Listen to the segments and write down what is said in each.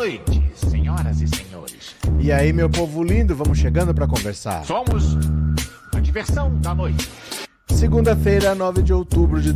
noite, senhoras e senhores. E aí, meu povo lindo, vamos chegando para conversar. Somos a diversão da noite. Segunda-feira, 9 de outubro de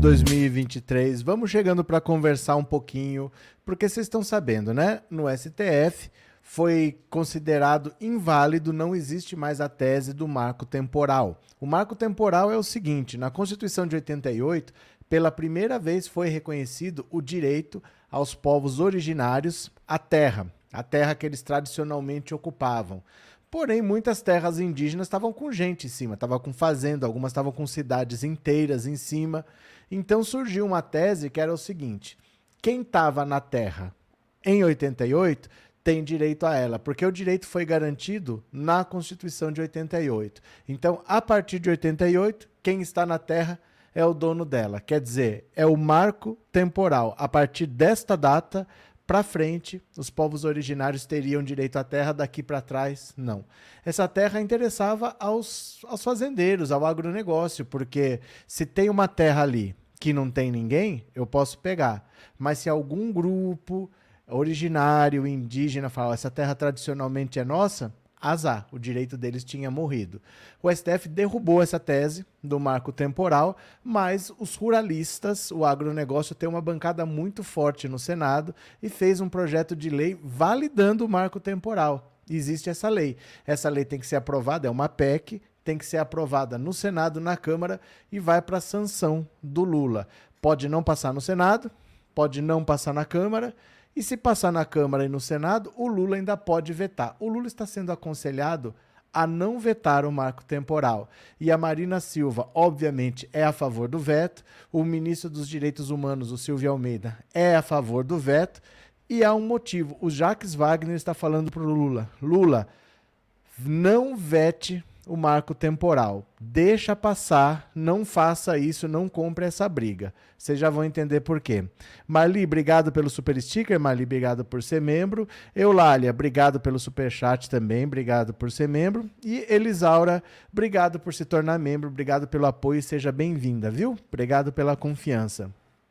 2023, vamos chegando para conversar um pouquinho, porque vocês estão sabendo, né? No STF foi considerado inválido, não existe mais a tese do marco temporal. O marco temporal é o seguinte, na Constituição de 88, pela primeira vez foi reconhecido o direito aos povos originários à terra, a terra que eles tradicionalmente ocupavam. Porém, muitas terras indígenas estavam com gente em cima, estavam com fazenda, algumas estavam com cidades inteiras em cima. Então surgiu uma tese que era o seguinte, quem estava na terra em 88 tem direito a ela, porque o direito foi garantido na Constituição de 88. Então, a partir de 88, quem está na terra é o dono dela. Quer dizer, é o marco temporal. A partir desta data para frente, os povos originários teriam direito à terra, daqui para trás, não. Essa terra interessava aos fazendeiros, ao agronegócio, porque se tem uma terra ali que não tem ninguém, eu posso pegar. Mas se algum grupo originário, indígena, falar essa terra tradicionalmente é nossa, azar, o direito deles tinha morrido. O STF derrubou essa tese do marco temporal, mas os ruralistas, o agronegócio tem uma bancada muito forte no Senado e fez um projeto de lei validando o marco temporal. Existe essa lei. Essa lei tem que ser aprovada, é uma PEC, tem que ser aprovada no Senado, na Câmara e vai para a sanção do Lula. Pode não passar no Senado, pode não passar na Câmara, e se passar na Câmara e no Senado, o Lula ainda pode vetar. O Lula está sendo aconselhado a não vetar o marco temporal. E a Marina Silva, obviamente, é a favor do veto. O ministro dos Direitos Humanos, o Silvio Almeida, é a favor do veto. E há um motivo. O Jacques Wagner está falando para o Lula. Lula, não vete o marco temporal. Deixa passar, não faça isso, não compre essa briga. Vocês já vão entender por quê. Marli, obrigado pelo super sticker. Marli, obrigado por ser membro. Eulália, obrigado pelo super chat também, obrigado por ser membro. E Elisaura, obrigado por se tornar membro, obrigado pelo apoio e seja bem-vinda, viu? Obrigado pela confiança.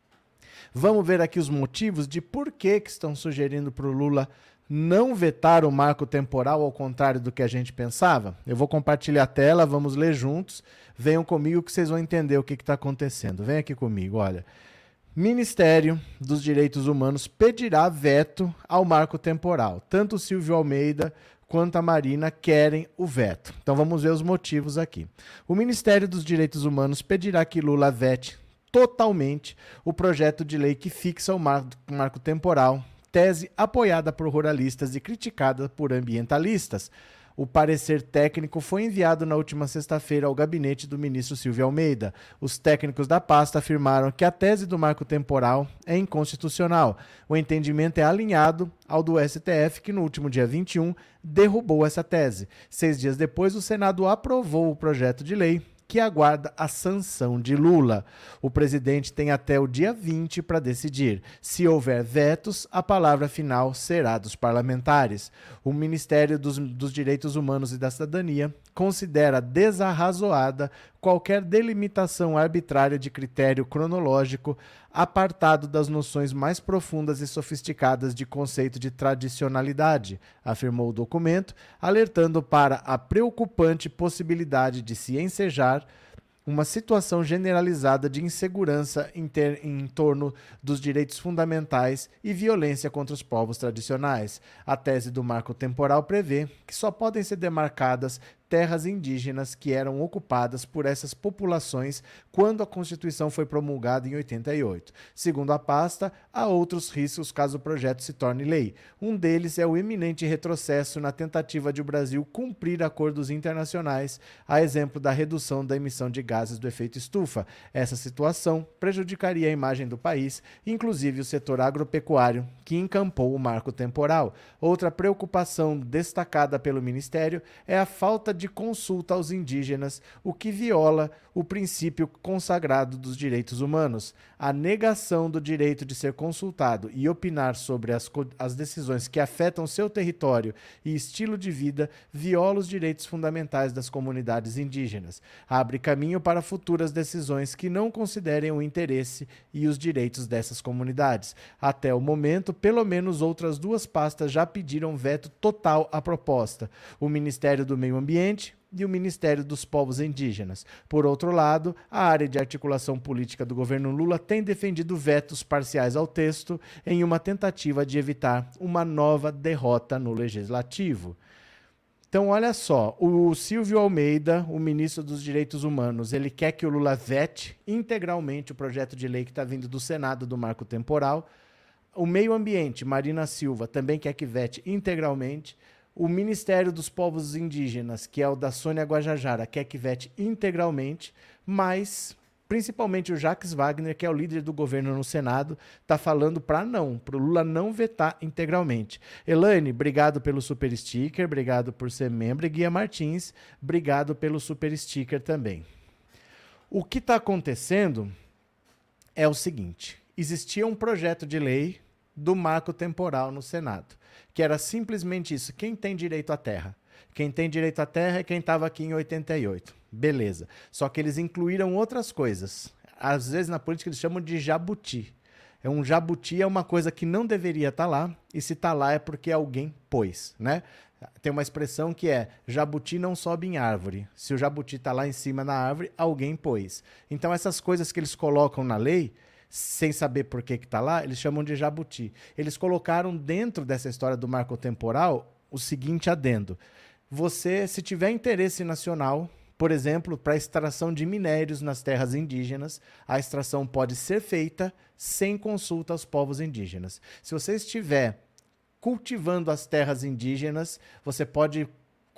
Vamos ver aqui os motivos de por que estão sugerindo para o Lula não vetar o marco temporal ao contrário do que a gente pensava? Eu vou compartilhar a tela, vamos ler juntos. Venham comigo que vocês vão entender o que está acontecendo. Vem aqui comigo, olha. Ministério dos Direitos Humanos pedirá veto ao marco temporal. Tanto o Silvio Almeida quanto a Marina querem o veto. Então vamos ver os motivos aqui. O Ministério dos Direitos Humanos pedirá que Lula vete totalmente o projeto de lei que fixa o marco temporal, tese apoiada por ruralistas e criticada por ambientalistas. O parecer técnico foi enviado na última sexta-feira ao gabinete do ministro Silvio Almeida. Os técnicos da pasta afirmaram que a tese do marco temporal é inconstitucional. O entendimento é alinhado ao do STF, que no último dia 21 derrubou essa tese. 6 dias depois, o Senado aprovou o projeto de lei, que aguarda a sanção de Lula. O presidente tem até o dia 20 para decidir. Se houver vetos, a palavra final será dos parlamentares. O Ministério dos Direitos Humanos e da Cidadania considera desarrazoada qualquer delimitação arbitrária de critério cronológico apartado das noções mais profundas e sofisticadas de conceito de tradicionalidade, afirmou o documento, alertando para a preocupante possibilidade de se ensejar uma situação generalizada de insegurança em torno dos direitos fundamentais e violência contra os povos tradicionais. A tese do marco temporal prevê que só podem ser demarcadas terras indígenas que eram ocupadas por essas populações quando a Constituição foi promulgada em 88. Segundo a pasta, há outros riscos caso o projeto se torne lei. Um deles é o eminente retrocesso na tentativa de o Brasil cumprir acordos internacionais, a exemplo da redução da emissão de gases do efeito estufa. Essa situação prejudicaria a imagem do país, inclusive o setor agropecuário, que encampou o marco temporal. Outra preocupação destacada pelo Ministério é a falta de de consulta aos indígenas, o que viola o princípio consagrado dos direitos humanos. A negação do direito de ser consultado e opinar sobre as decisões que afetam seu território e estilo de vida viola os direitos fundamentais das comunidades indígenas. Abre caminho para futuras decisões que não considerem o interesse e os direitos dessas comunidades. Até o momento, pelo menos outras duas pastas já pediram veto total à proposta: o Ministério do Meio Ambiente e o Ministério dos Povos Indígenas. Por outro lado, a área de articulação política do governo Lula tem defendido vetos parciais ao texto em uma tentativa de evitar uma nova derrota no Legislativo. Então, olha só, o Silvio Almeida, o ministro dos Direitos Humanos, ele quer que o Lula vete integralmente o projeto de lei que está vindo do Senado do marco temporal. O Meio Ambiente, Marina Silva, também quer que vete integralmente. O Ministério dos Povos Indígenas, que é o da Sônia Guajajara, quer que vete integralmente, mas principalmente o Jacques Wagner, que é o líder do governo no Senado, está falando para o Lula não vetar integralmente. Elaine, obrigado pelo super sticker, obrigado por ser membro. E Guia Martins, obrigado pelo super sticker também. O que está acontecendo é o seguinte: existia um projeto de lei do marco temporal no Senado, que era simplesmente isso: quem tem direito à terra? Quem tem direito à terra é quem estava aqui em 88. Beleza. Só que eles incluíram outras coisas. Às vezes na política eles chamam de jabuti. Um jabuti é uma coisa que não deveria estar lá, e se está lá é porque alguém pôs, né? Tem uma expressão que é: jabuti não sobe em árvore. Se o jabuti está lá em cima na árvore, alguém pôs. Então essas coisas que eles colocam na lei, sem saber por que está lá, eles chamam de jabuti. Eles colocaram dentro dessa história do marco temporal o seguinte adendo: você, se tiver interesse nacional, por exemplo, para a extração de minérios nas terras indígenas, a extração pode ser feita sem consulta aos povos indígenas. Se você estiver cultivando as terras indígenas, você pode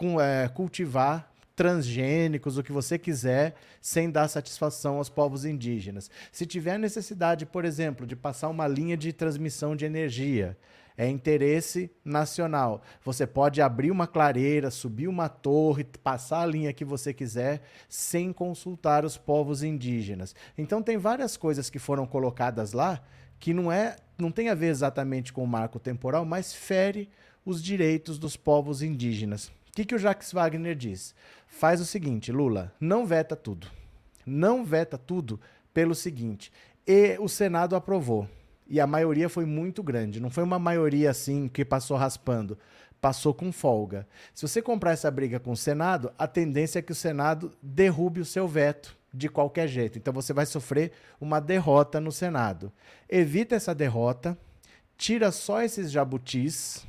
cultivar transgênicos, o que você quiser, sem dar satisfação aos povos indígenas. Se tiver necessidade, por exemplo, de passar uma linha de transmissão de energia, é interesse nacional. Você pode abrir uma clareira, subir uma torre, passar a linha que você quiser, sem consultar os povos indígenas. Então tem várias coisas que foram colocadas lá que não tem a ver exatamente com o marco temporal, mas fere os direitos dos povos indígenas. O que o Jacques Wagner diz? Faz o seguinte, Lula, não veta tudo. Não veta tudo pelo seguinte: o Senado aprovou. E a maioria foi muito grande. Não foi uma maioria assim que passou raspando. Passou com folga. Se você comprar essa briga com o Senado, a tendência é que o Senado derrube o seu veto de qualquer jeito. Então você vai sofrer uma derrota no Senado. Evita essa derrota, tira só esses jabutis,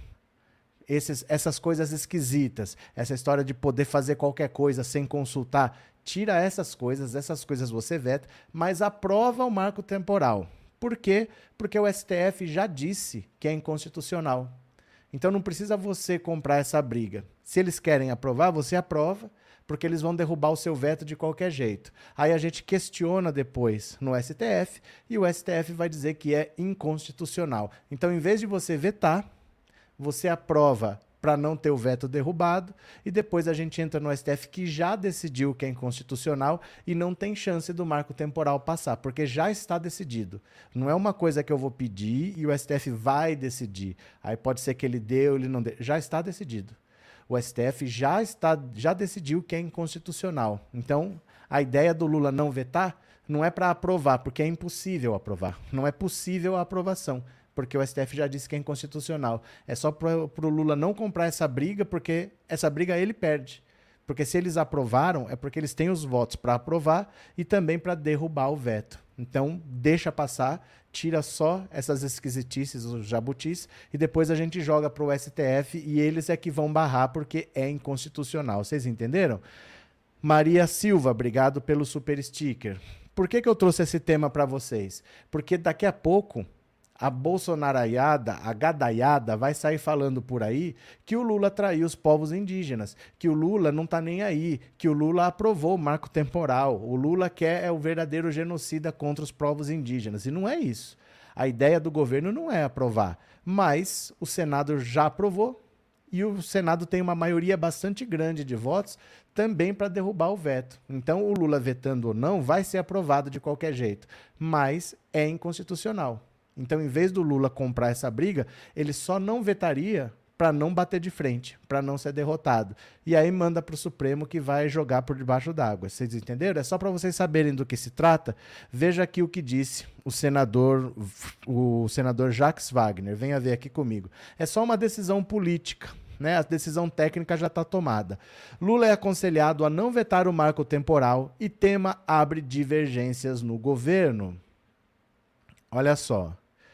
essas coisas esquisitas, essa história de poder fazer qualquer coisa sem consultar, tira essas coisas você veta, mas aprova o marco temporal. Por quê? Porque o STF já disse que é inconstitucional. Então não precisa você comprar essa briga. Se eles querem aprovar, você aprova, porque eles vão derrubar o seu veto de qualquer jeito. Aí a gente questiona depois no STF e o STF vai dizer que é inconstitucional. Então, em vez de você vetar, você aprova para não ter o veto derrubado, e depois a gente entra no STF, que já decidiu que é inconstitucional e não tem chance do marco temporal passar, porque já está decidido. Não é uma coisa que eu vou pedir e o STF vai decidir. Aí pode ser que ele dê ou ele não dê. Já está decidido. O STF já decidiu que é inconstitucional. Então, a ideia do Lula não vetar não é para aprovar, porque é impossível aprovar. Não é possível a aprovação, porque o STF já disse que é inconstitucional. É só para o Lula não comprar essa briga, porque essa briga ele perde. Porque se eles aprovaram, é porque eles têm os votos para aprovar e também para derrubar o veto. Então, deixa passar, tira só essas esquisitices, os jabutis, e depois a gente joga para o STF e eles é que vão barrar, porque é inconstitucional. Vocês entenderam? Maria Silva, obrigado pelo super sticker. Por que eu trouxe esse tema para vocês? Porque daqui a pouco a bolsonaraiada, a gadaiada, vai sair falando por aí que o Lula traiu os povos indígenas, que o Lula não está nem aí, que o Lula aprovou o marco temporal, o Lula é o verdadeiro genocida contra os povos indígenas. E não é isso. A ideia do governo não é aprovar, mas o Senado já aprovou e o Senado tem uma maioria bastante grande de votos também para derrubar o veto. Então, o Lula vetando ou não vai ser aprovado de qualquer jeito, mas é inconstitucional. Então, em vez do Lula comprar essa briga, ele só não vetaria para não bater de frente, para não ser derrotado. E aí manda para o Supremo que vai jogar por debaixo d'água. Vocês entenderam? É só para vocês saberem do que se trata. Veja aqui o que disse o senador Jacques Wagner. Venha ver aqui comigo. É só uma decisão política, né? A decisão técnica já está tomada. Lula é aconselhado a não vetar o marco temporal e tema abre divergências no governo. Olha só.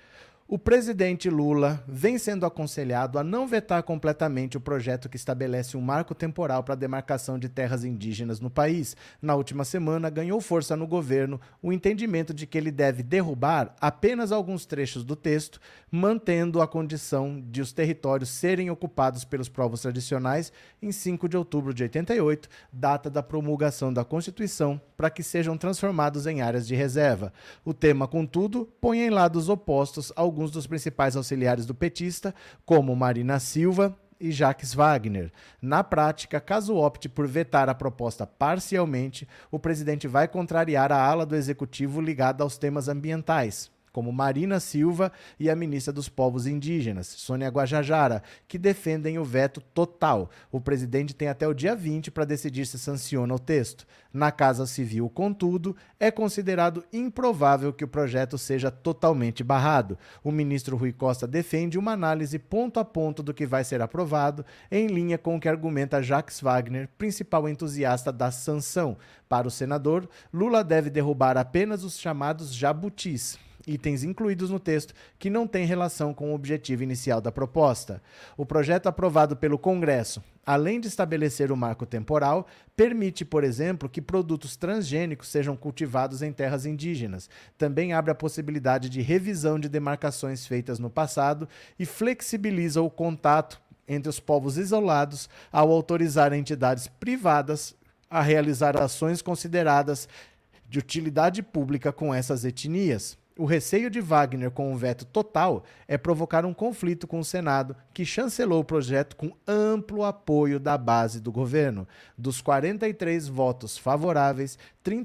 O presidente Lula vem sendo aconselhado a não vetar completamente o projeto que estabelece um marco temporal para a demarcação de terras indígenas no país. Na última semana, ganhou força no governo o entendimento de que ele deve derrubar apenas alguns trechos do texto, mantendo a condição de os territórios serem ocupados pelos povos tradicionais em 5 de outubro de 88, data da promulgação da Constituição, para que sejam transformados em áreas de reserva. O tema, contudo, põe em lados opostos alguns dos principais auxiliares do petista, como Marina Silva e Jacques Wagner. Na prática, caso opte por vetar a proposta parcialmente, o presidente vai contrariar a ala do executivo ligada aos temas ambientais, como Marina Silva e a ministra dos Povos Indígenas, Sônia Guajajara, que defendem o veto total. O presidente tem até o dia 20 para decidir se sanciona o texto. Na Casa Civil, contudo, é considerado improvável que o projeto seja totalmente barrado. O ministro Rui Costa defende uma análise ponto a ponto do que vai ser aprovado, em linha com o que argumenta Jacques Wagner, principal entusiasta da sanção. Para o senador, Lula deve derrubar apenas os chamados jabutis, itens incluídos no texto que não têm relação com o objetivo inicial da proposta. O projeto aprovado pelo Congresso, além de estabelecer o marco temporal, permite, por exemplo, que produtos transgênicos sejam cultivados em terras indígenas. Também abre a possibilidade de revisão de demarcações feitas no passado e flexibiliza o contato entre os povos isolados ao autorizar entidades privadas a realizar ações consideradas de utilidade pública com essas etnias. O receio de Wagner com o veto total é provocar um conflito com o Senado, que chancelou o projeto com amplo apoio da base do governo. Dos 43 votos favoráveis,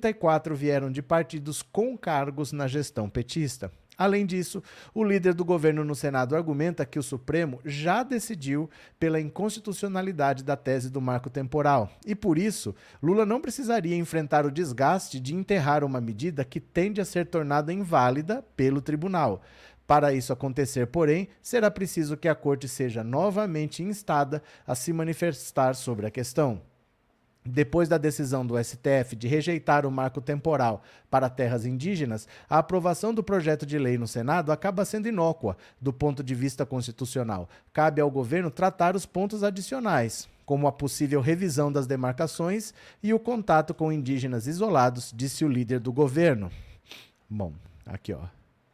34 vieram de partidos com cargos na gestão petista. Além disso, o líder do governo no Senado argumenta que o Supremo já decidiu pela inconstitucionalidade da tese do marco temporal e, por isso, Lula não precisaria enfrentar o desgaste de enterrar uma medida que tende a ser tornada inválida pelo tribunal. Para isso acontecer, porém, será preciso que a Corte seja novamente instada a se manifestar sobre a questão. Depois da decisão do STF de rejeitar o marco temporal para terras indígenas, a aprovação do projeto de lei no Senado acaba sendo inócua do ponto de vista constitucional. Cabe ao governo tratar os pontos adicionais, como a possível revisão das demarcações e o contato com indígenas isolados, disse o líder do governo. Bom, aqui ó.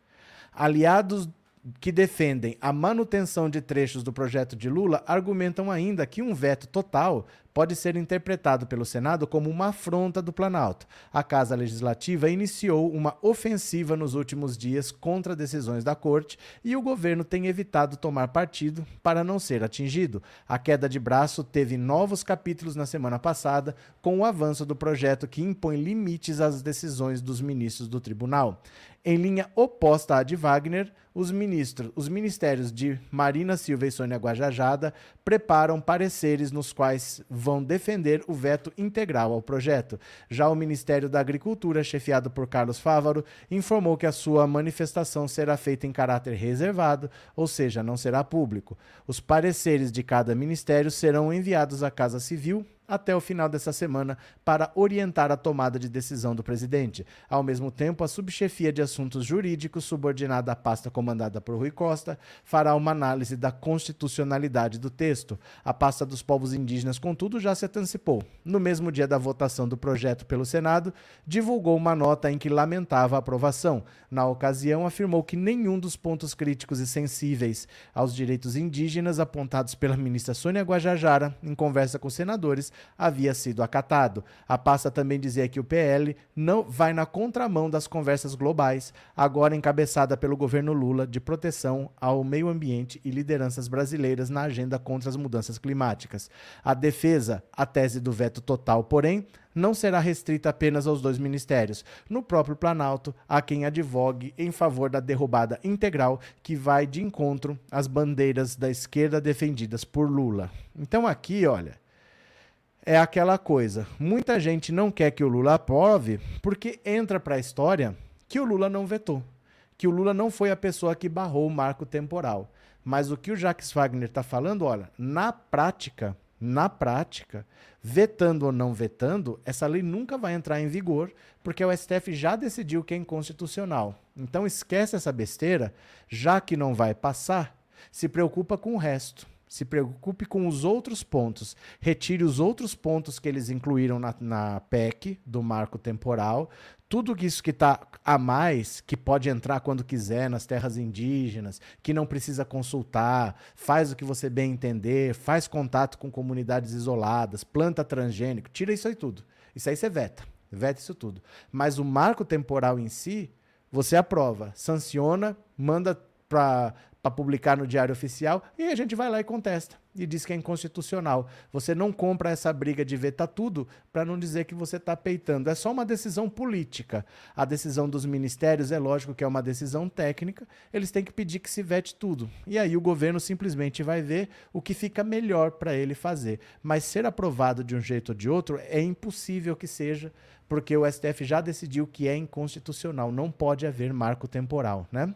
Aliados que defendem a manutenção de trechos do projeto de Lula argumentam ainda que um veto total pode ser interpretado pelo Senado como uma afronta do Planalto. A Casa Legislativa iniciou uma ofensiva nos últimos dias contra decisões da Corte e o governo tem evitado tomar partido para não ser atingido. A queda de braço teve novos capítulos na semana passada, com o avanço do projeto que impõe limites às decisões dos ministros do tribunal. Em linha oposta à de Wagner, os ministérios de Marina Silva e Sônia Guajajara preparam pareceres nos quais vão defender o veto integral ao projeto. Já o Ministério da Agricultura, chefiado por Carlos Fávaro, informou que a sua manifestação será feita em caráter reservado, ou seja, não será público. Os pareceres de cada ministério serão enviados à Casa Civil até o final dessa semana para orientar a tomada de decisão do presidente. Ao mesmo tempo, a subchefia de assuntos jurídicos, subordinada à pasta comandada por Rui Costa, fará uma análise da constitucionalidade do texto. A pasta dos povos indígenas, contudo, já se antecipou. No mesmo dia da votação do projeto pelo Senado, divulgou uma nota em que lamentava a aprovação. Na ocasião, afirmou que nenhum dos pontos críticos e sensíveis aos direitos indígenas apontados pela ministra Sônia Guajajara, em conversa com os senadores, havia sido acatado. A pasta também dizia que o PL não vai na contramão das conversas globais, agora encabeçada pelo governo Lula, de proteção ao meio ambiente e lideranças brasileiras na agenda contra as mudanças climáticas. A defesa, a tese do veto total, porém, não será restrita apenas aos 2 ministérios. No próprio Planalto, há quem advogue em favor da derrubada integral, que vai de encontro às bandeiras da esquerda defendidas por Lula. Então aqui, olha, é aquela coisa. Muita gente não quer que o Lula aprove porque entra para a história que o Lula não vetou, que o Lula não foi a pessoa que barrou o marco temporal. Mas o que o Jacques Wagner está falando, olha, na prática, vetando ou não vetando, essa lei nunca vai entrar em vigor, porque o STF já decidiu que é inconstitucional. Então esquece essa besteira, já que não vai passar, se preocupa com o resto. Se preocupe com os outros pontos. Retire os outros pontos que eles incluíram na PEC do marco temporal. Tudo isso que está a mais, que pode entrar quando quiser nas terras indígenas, que não precisa consultar, faz o que você bem entender, faz contato com comunidades isoladas, planta transgênico, tira isso aí tudo. Isso aí você veta isso tudo. Mas o marco temporal em si, você aprova, sanciona, manda para publicar no Diário Oficial e a gente vai lá e contesta e diz que é inconstitucional. Você não compra essa briga de vetar tudo para não dizer que você está peitando. É só uma decisão política. A decisão dos ministérios é lógico que é uma decisão técnica, eles têm que pedir que se vete tudo. E aí o governo simplesmente vai ver o que fica melhor para ele fazer. Mas ser aprovado de um jeito ou de outro é impossível que seja, porque o STF já decidiu que é inconstitucional. Não pode haver marco temporal, né?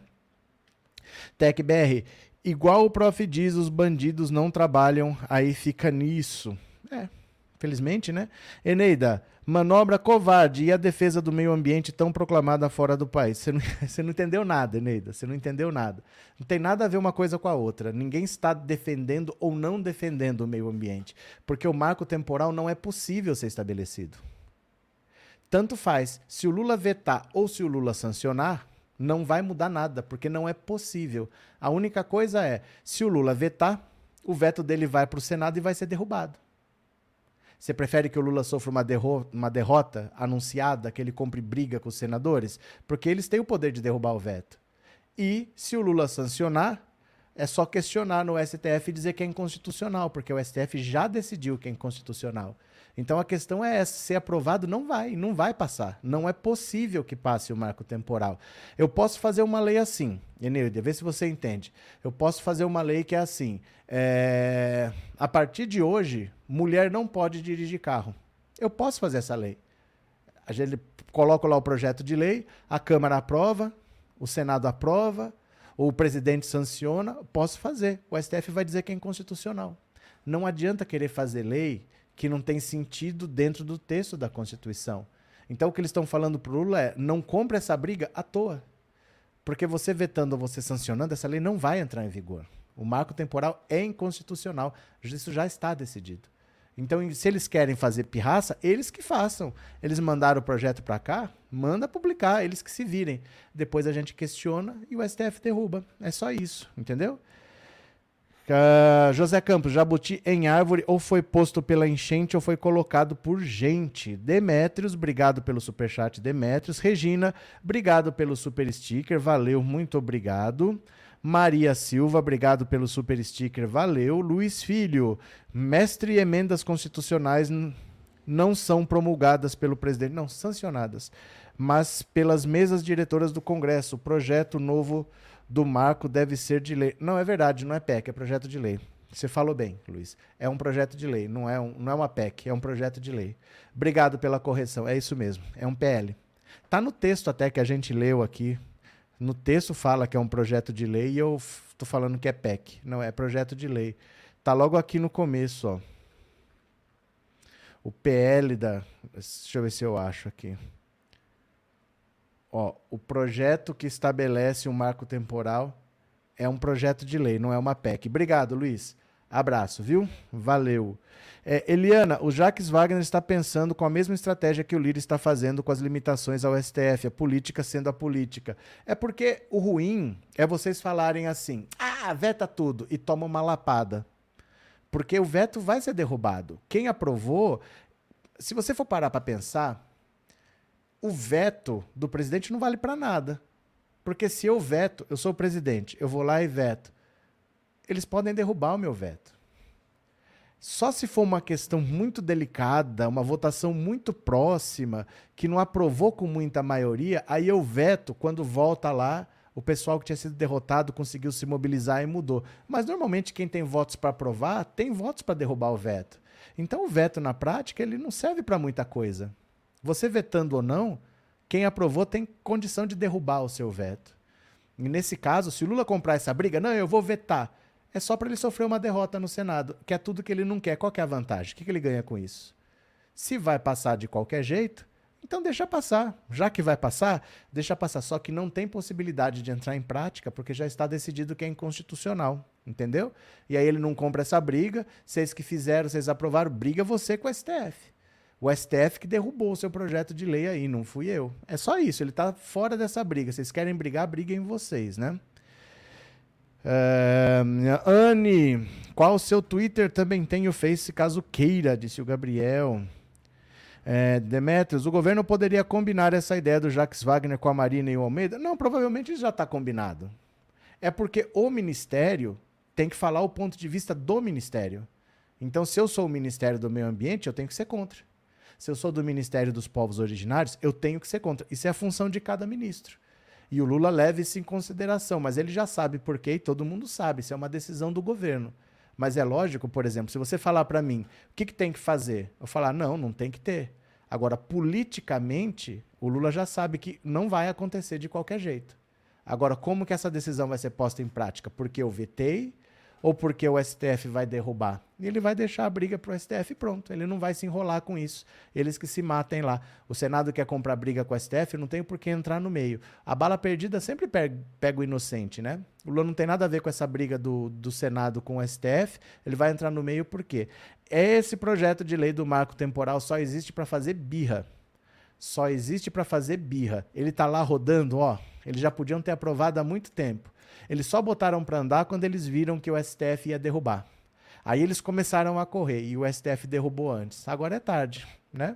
TecBR, igual o prof diz, os bandidos não trabalham, aí fica nisso. Felizmente, né? Eneida, manobra covarde e a defesa do meio ambiente tão proclamada fora do país. Você não entendeu nada, Eneida, você não entendeu nada. Não tem nada a ver uma coisa com a outra. Ninguém está defendendo ou não defendendo o meio ambiente, porque o marco temporal não é possível ser estabelecido. Tanto faz, se o Lula vetar ou se o Lula sancionar, não vai mudar nada, porque não é possível. A única coisa é, se o Lula vetar, o veto dele vai para o Senado e vai ser derrubado. Você prefere que o Lula sofra uma derrota anunciada, que ele compre briga com os senadores? Porque eles têm o poder de derrubar o veto. E, se o Lula sancionar, é só questionar no STF e dizer que é inconstitucional, porque o STF já decidiu que é inconstitucional. Então a questão é essa, ser aprovado não vai passar. Não é possível que passe o marco temporal. Eu posso fazer uma lei assim, Eneide, vê se você entende. Eu posso fazer uma lei que é assim, a partir de hoje, mulher não pode dirigir carro. Eu posso fazer essa lei. A gente coloca lá o projeto de lei, a Câmara aprova, o Senado aprova, o presidente sanciona, posso fazer. O STF vai dizer que é inconstitucional. Não adianta querer fazer lei que não tem sentido dentro do texto da Constituição. Então o que eles estão falando para o Lula é, não compre essa briga à toa. Porque você vetando ou você sancionando, essa lei não vai entrar em vigor. O marco temporal é inconstitucional. Isso já está decidido. Então, se eles querem fazer pirraça, eles que façam. Eles mandaram o projeto para cá, manda publicar, eles que se virem. Depois a gente questiona e o STF derruba. É só isso, entendeu? José Campos, jabuti em árvore ou foi posto pela enchente ou foi colocado por gente. Demétrios, obrigado pelo superchat, Demétrios. Regina, obrigado pelo super sticker, valeu, muito obrigado. Maria Silva, obrigado pelo super sticker, valeu. Luiz Filho, mestre, emendas constitucionais não são promulgadas pelo presidente, não, sancionadas, mas pelas mesas diretoras do Congresso. O projeto novo do marco deve ser de lei. Não, é verdade, não é PEC, é projeto de lei. Você falou bem, Luiz. É um projeto de lei, não é uma PEC, é um projeto de lei. Obrigado pela correção, é isso mesmo, é um PL. Está no texto até que a gente leu aqui. No texto fala que é um projeto de lei e eu estou falando que é PEC. Não, é projeto de lei. Está logo aqui no começo, ó. O PL da... Deixa eu ver se eu acho aqui. Ó, o projeto que estabelece um marco temporal é um projeto de lei, não é uma PEC. Obrigado, Luiz. Abraço, viu? Valeu. Eliana, o Jacques Wagner está pensando com a mesma estratégia que o Lira está fazendo com as limitações ao STF, a política sendo a política. É porque o ruim é vocês falarem assim, veta tudo, e toma uma lapada. Porque o veto vai ser derrubado. Quem aprovou, se você for parar para pensar, o veto do presidente não vale para nada. Porque se eu veto, eu sou o presidente, eu vou lá e veto, eles podem derrubar o meu veto. Só se for uma questão muito delicada, uma votação muito próxima, que não aprovou com muita maioria, aí eu veto, quando volta lá, o pessoal que tinha sido derrotado conseguiu se mobilizar e mudou. Mas normalmente quem tem votos para aprovar, tem votos para derrubar o veto. Então o veto na prática, ele não serve para muita coisa. Você vetando ou não, quem aprovou tem condição de derrubar o seu veto. E nesse caso, se o Lula comprar essa briga, não, eu vou vetar. É só para ele sofrer uma derrota no Senado, que é tudo que ele não quer. Qual que é a vantagem? O que ele ganha com isso? Se vai passar de qualquer jeito, então deixa passar. Já que vai passar, deixa passar. Só que não tem possibilidade de entrar em prática, porque já está decidido que é inconstitucional. Entendeu? E aí ele não compra essa briga. Vocês que fizeram, vocês aprovaram, briga você com o STF. O STF que derrubou o seu projeto de lei aí, não fui eu. É só isso, ele está fora dessa briga. Vocês querem brigar, briguem vocês, né? Anne, qual o seu Twitter? Também tem o Face, caso queira, disse o Gabriel. Demetrios, o governo poderia combinar essa ideia do Jacques Wagner com a Marina e o Almeida? Não, provavelmente já está combinado. É porque o Ministério tem que falar o ponto de vista do Ministério. Então, se eu sou o Ministério do Meio Ambiente, eu tenho que ser contra. Se eu sou do Ministério dos Povos Originários, eu tenho que ser contra. Isso é a função de cada ministro. E o Lula leva isso em consideração, mas ele já sabe por quê e todo mundo sabe, isso é uma decisão do governo. Mas é lógico, por exemplo, se você falar para mim, o que tem que fazer? Eu falar, não tem que ter. Agora, politicamente, o Lula já sabe que não vai acontecer de qualquer jeito. Agora, como que essa decisão vai ser posta em prática? Porque eu vetei ou porque o STF vai derrubar? E ele vai deixar a briga para o STF e pronto. Ele não vai se enrolar com isso. Eles que se matem lá. O Senado quer comprar briga com o STF, não tem por que entrar no meio. A bala perdida sempre pega o inocente, né? O Lula não tem nada a ver com essa briga do Senado com o STF. Ele vai entrar no meio por quê? Esse projeto de lei do marco temporal só existe para fazer birra. Só existe para fazer birra. Ele está lá rodando, ó. Eles já podiam ter aprovado há muito tempo. Eles só botaram para andar quando eles viram que o STF ia derrubar. Aí eles começaram a correr e o STF derrubou antes. Agora é tarde, né?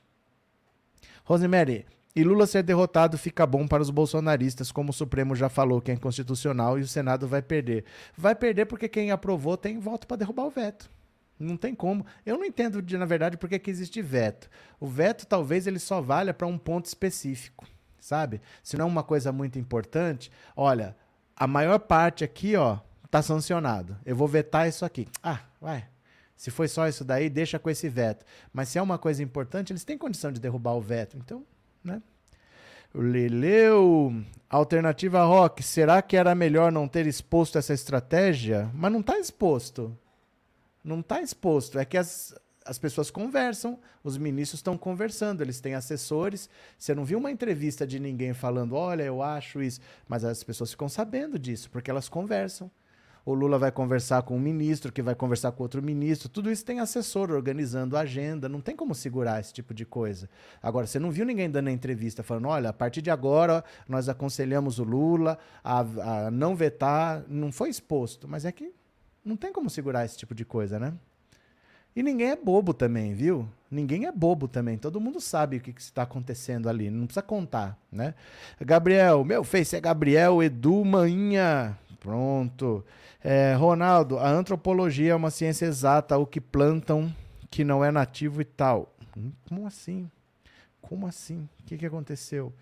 Rosemary, e Lula ser derrotado fica bom para os bolsonaristas, como o Supremo já falou que é inconstitucional e o Senado vai perder. Vai perder porque quem aprovou tem voto para derrubar o veto. Não tem como. Eu não entendo, na verdade, por que existe veto. O veto talvez ele só valha para um ponto específico, sabe? Se não é uma coisa muito importante, olha, a maior parte aqui, ó, tá sancionado. Eu vou vetar isso aqui. Ah, vai. Se foi só isso daí, deixa com esse veto. Mas se é uma coisa importante, eles têm condição de derrubar o veto. Então, né? O Leleu, alternativa rock, será que era melhor não ter exposto essa estratégia? Mas não tá exposto. Não está exposto, é que as pessoas conversam, os ministros estão conversando, eles têm assessores. Você não viu uma entrevista de ninguém falando, olha, eu acho isso, mas as pessoas ficam sabendo disso, porque elas conversam. O Lula vai conversar com um ministro, que vai conversar com outro ministro, tudo isso tem assessor organizando a agenda, não tem como segurar esse tipo de coisa. Agora, você não viu ninguém dando a entrevista falando, olha, a partir de agora nós aconselhamos o Lula a não vetar, não foi exposto, mas é que não tem como segurar esse tipo de coisa, né? E ninguém é bobo também, viu? Ninguém é bobo também. Todo mundo sabe o que está acontecendo ali. Não precisa contar, né? Gabriel, meu Face é Gabriel Edu Maninha. Pronto. Ronaldo, a antropologia é uma ciência exata. O que plantam que não é nativo e tal. Como assim? Como assim? O que aconteceu?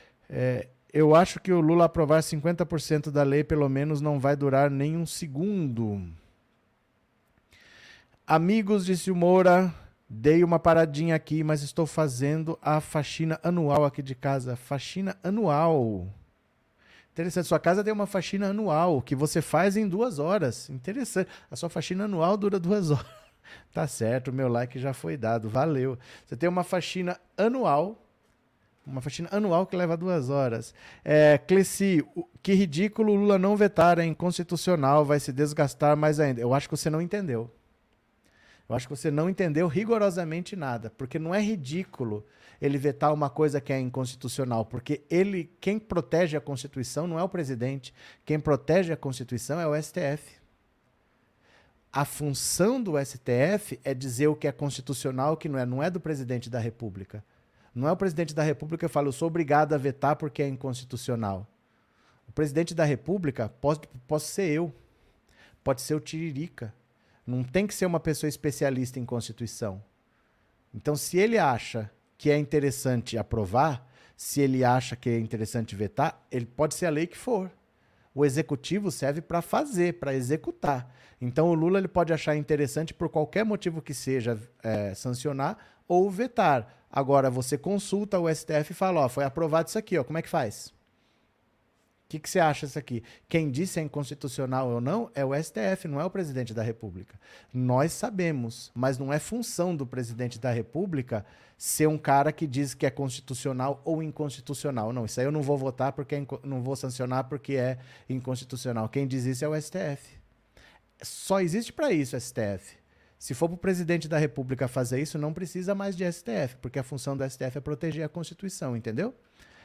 Eu acho que o Lula aprovar 50% da lei, pelo menos, não vai durar nem um segundo. Amigos, disse o Moura, dei uma paradinha aqui, mas estou fazendo a faxina anual aqui de casa. Faxina anual. Interessante, sua casa tem uma faxina anual, que você faz em 2 horas. Interessante, a sua faxina anual dura 2 horas. Tá certo, o meu like já foi dado, valeu. Você tem uma faxina anual. Uma faxina anual que leva 2 horas. Cleci, que ridículo Lula não vetar, é inconstitucional, vai se desgastar mais ainda. Eu acho que você não entendeu. Eu acho que você não entendeu rigorosamente nada, porque não é ridículo ele vetar uma coisa que é inconstitucional, porque quem protege a Constituição não é o presidente, quem protege a Constituição é o STF. A função do STF é dizer o que é constitucional e o que não é. Não é do presidente da República. Não é o presidente da República que fala, eu sou obrigado a vetar porque é inconstitucional. O presidente da República pode ser eu. Pode ser o Tiririca. Não tem que ser uma pessoa especialista em Constituição. Então, se ele acha que é interessante aprovar, se ele acha que é interessante vetar, ele pode ser a lei que for. O executivo serve para fazer, para executar. Então, o Lula ele pode achar interessante, por qualquer motivo que seja, sancionar ou vetar. Agora, você consulta o STF e fala, ó, foi aprovado isso aqui, ó, como é que faz? O que você acha disso aqui? Quem disse é inconstitucional ou não é o STF, não é o presidente da República. Nós sabemos, mas não é função do presidente da República ser um cara que diz que é constitucional ou inconstitucional. Não, isso aí eu não vou votar porque não vou sancionar porque é inconstitucional. Quem diz isso é o STF. Só existe para isso o STF. Se for para o presidente da República fazer isso, não precisa mais de STF, porque a função do STF é proteger a Constituição, entendeu?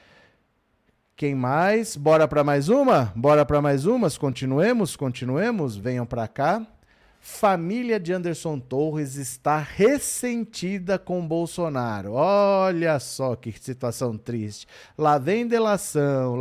Quem mais? Bora para mais uma? Bora para mais umas? Continuemos. Venham para cá. Família de Anderson Torres está ressentida com Bolsonaro. Olha só que situação triste. Lá vem delação.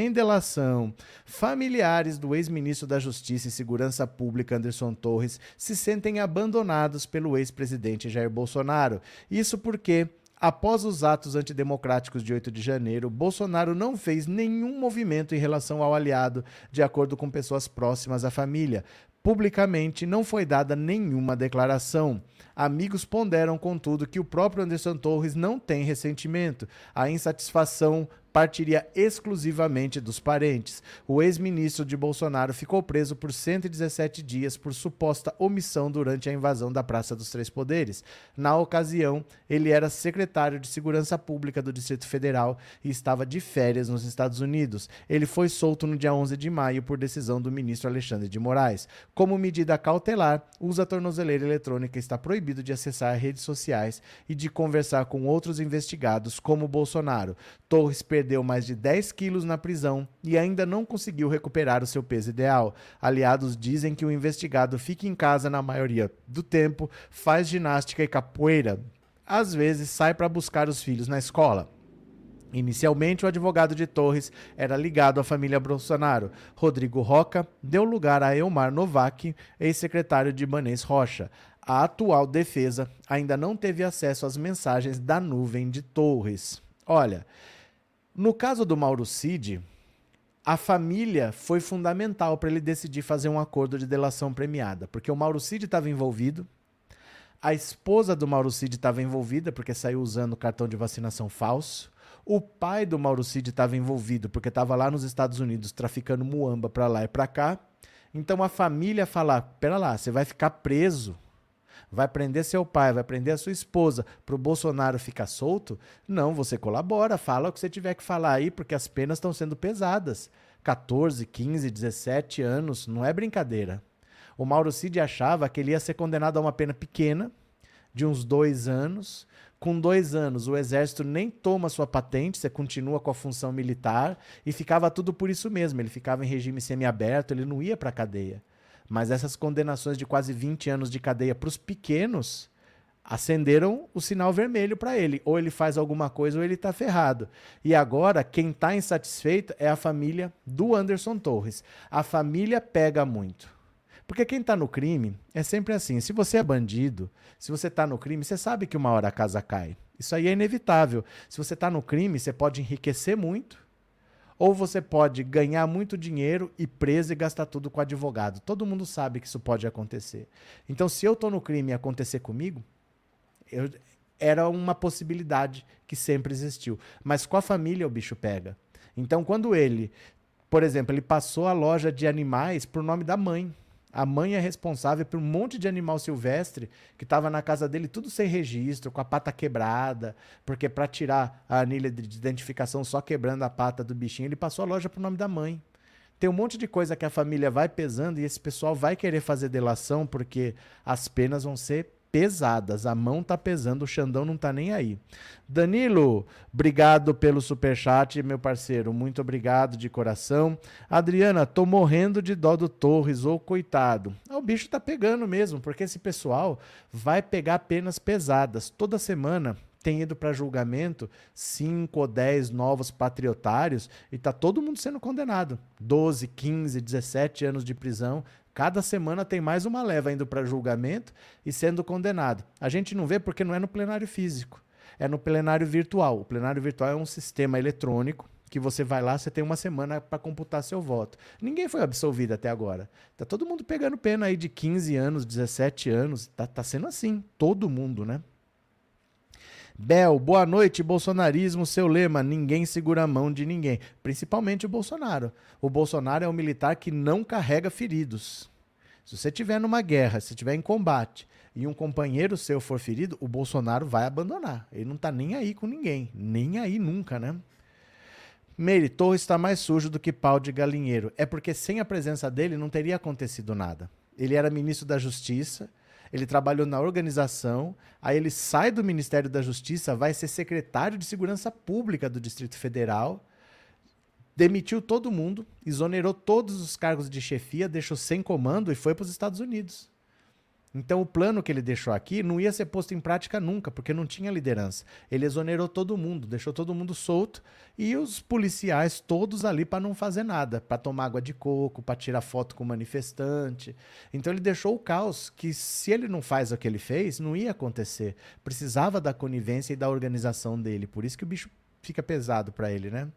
Familiares do ex-ministro da Justiça e Segurança Pública, Anderson Torres, se sentem abandonados pelo ex-presidente Jair Bolsonaro. Isso porque, após os atos antidemocráticos de 8 de janeiro, Bolsonaro não fez nenhum movimento em relação ao aliado, de acordo com pessoas próximas à família. Publicamente, não foi dada nenhuma declaração. Amigos ponderam, contudo, que o próprio Anderson Torres não tem ressentimento. A insatisfação partiria exclusivamente dos parentes. O ex-ministro de Bolsonaro ficou preso por 117 dias por suposta omissão durante a invasão da Praça dos Três Poderes. Na ocasião, ele era secretário de Segurança Pública do Distrito Federal e estava de férias nos Estados Unidos. Ele foi solto no dia 11 de maio por decisão do ministro Alexandre de Moraes. Como medida cautelar, usa a tornozeleira eletrônica e está proibido de acessar redes sociais e de conversar com outros investigados, como Bolsonaro. Torres perdeu mais de 10 quilos na prisão e ainda não conseguiu recuperar o seu peso ideal. Aliados dizem que o investigado fica em casa na maioria do tempo, faz ginástica e capoeira. Às vezes sai para buscar os filhos na escola. Inicialmente, o advogado de Torres era ligado à família Bolsonaro. Rodrigo Roca deu lugar a Elmar Novak, ex-secretário de Ibanez Rocha. A atual defesa ainda não teve acesso às mensagens da nuvem de Torres. Olha, no caso do Mauro Cid, a família foi fundamental para ele decidir fazer um acordo de delação premiada, porque o Mauro Cid estava envolvido, a esposa do Mauro Cid estava envolvida, porque saiu usando cartão de vacinação falso, o pai do Mauro Cid estava envolvido, porque estava lá nos Estados Unidos traficando muamba para lá e para cá. Então a família fala, pera lá, você vai ficar preso, vai prender seu pai, vai prender a sua esposa, para o Bolsonaro ficar solto? Não, você colabora, fala o que você tiver que falar aí, porque as penas estão sendo pesadas. 14, 15, 17 anos, não é brincadeira. O Mauro Cid achava que ele ia ser condenado a uma pena pequena, de uns 2 anos. Com 2 anos, o exército nem toma sua patente, você continua com a função militar, e ficava tudo por isso mesmo, ele ficava em regime semiaberto, ele não ia para a cadeia. Mas essas condenações de quase 20 anos de cadeia para os pequenos acenderam o sinal vermelho para ele. Ou ele faz alguma coisa ou ele está ferrado. E agora, quem está insatisfeito é a família do Anderson Torres. A família pega muito. Porque quem está no crime é sempre assim. Se você é bandido, se você está no crime, você sabe que uma hora a casa cai. Isso aí é inevitável. Se você está no crime, você pode enriquecer muito, ou você pode ganhar muito dinheiro, ir preso e gastar tudo com advogado. Todo mundo sabe que isso pode acontecer. Então, se eu estou no crime e acontecer comigo, era uma possibilidade que sempre existiu. Mas com a família o bicho pega. Então, quando ele, por exemplo, ele passou a loja de animais por nome da mãe. A mãe é responsável por um monte de animal silvestre que estava na casa dele, tudo sem registro, com a pata quebrada, porque para tirar a anilha de identificação só quebrando a pata do bichinho, ele passou a loja pro nome da mãe. Tem um monte de coisa que a família vai pesando e esse pessoal vai querer fazer delação porque as penas vão ser pesadas, a mão tá pesando, o Xandão não tá nem aí. Danilo, obrigado pelo superchat, meu parceiro, muito obrigado de coração. Adriana, tô morrendo de dó do Torres, ô coitado. O bicho tá pegando mesmo, porque esse pessoal vai pegar penas pesadas. Toda semana tem ido para julgamento 5 ou 10 novos patriotários e tá todo mundo sendo condenado. 12, 15, 17 anos de prisão. Cada semana tem mais uma leva indo para julgamento e sendo condenado. A gente não vê porque não é no plenário físico, é no plenário virtual. O plenário virtual é um sistema eletrônico que você vai lá, você tem uma semana para computar seu voto. Ninguém foi absolvido até agora. Tá todo mundo pegando pena aí de 15 anos, 17 anos. Tá sendo assim, todo mundo, né? Bel, boa noite, bolsonarismo, seu lema, ninguém segura a mão de ninguém, principalmente o Bolsonaro. O Bolsonaro é um militar que não carrega feridos. Se você estiver numa guerra, se estiver em combate e um companheiro seu for ferido, o Bolsonaro vai abandonar. Ele não tá nem aí com ninguém, nem aí nunca, né? Meire, Torres está mais sujo do que pau de galinheiro. É porque sem a presença dele não teria acontecido nada. Ele era ministro da Justiça, ele trabalhou na organização, aí ele sai do Ministério da Justiça, vai ser secretário de Segurança Pública do Distrito Federal, demitiu todo mundo, exonerou todos os cargos de chefia, deixou sem comando e foi para os Estados Unidos. Então o plano que ele deixou aqui não ia ser posto em prática nunca, porque não tinha liderança. Ele exonerou todo mundo, deixou todo mundo solto e os policiais todos ali para não fazer nada, para tomar água de coco, para tirar foto com o manifestante. Então ele deixou o caos, que se ele não faz o que ele fez, não ia acontecer. Precisava da conivência e da organização dele, por isso que o bicho fica pesado para ele, né?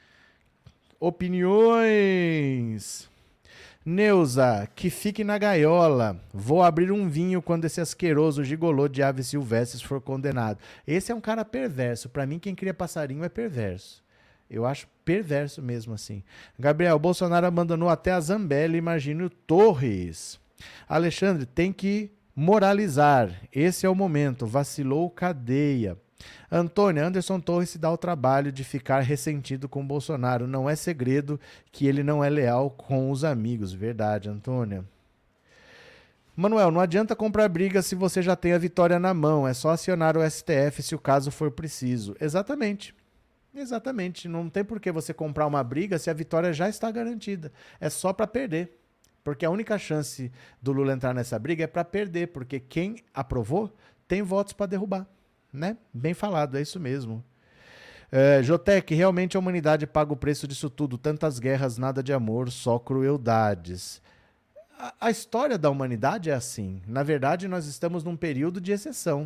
Opiniões... Neuza, que fique na gaiola. Vou abrir um vinho quando esse asqueroso gigolô de aves silvestres for condenado. Esse é um cara perverso. Pra mim, quem cria passarinho é perverso. Eu acho perverso mesmo assim. Gabriel, Bolsonaro abandonou até a Zambelli, imagine o Torres. Alexandre, tem que moralizar. Esse é o momento. Vacilou, cadeia. Antônia, Anderson Torres se dá o trabalho de ficar ressentido com Bolsonaro. Não é segredo que ele não é leal com os amigos. Verdade, Antônia. Manuel, não adianta comprar briga se você já tem a vitória na mão. É só acionar o STF se o caso for preciso. Exatamente. Exatamente. Não tem por que você comprar uma briga se a vitória já está garantida. É só para perder. Porque a única chance do Lula entrar nessa briga é para perder. Porque quem aprovou tem votos para derrubar. Né? Bem falado, é isso mesmo. Jotec, realmente a humanidade paga o preço disso tudo. Tantas guerras, nada de amor, só crueldades. A história da humanidade é assim. Na verdade, nós estamos num período de exceção.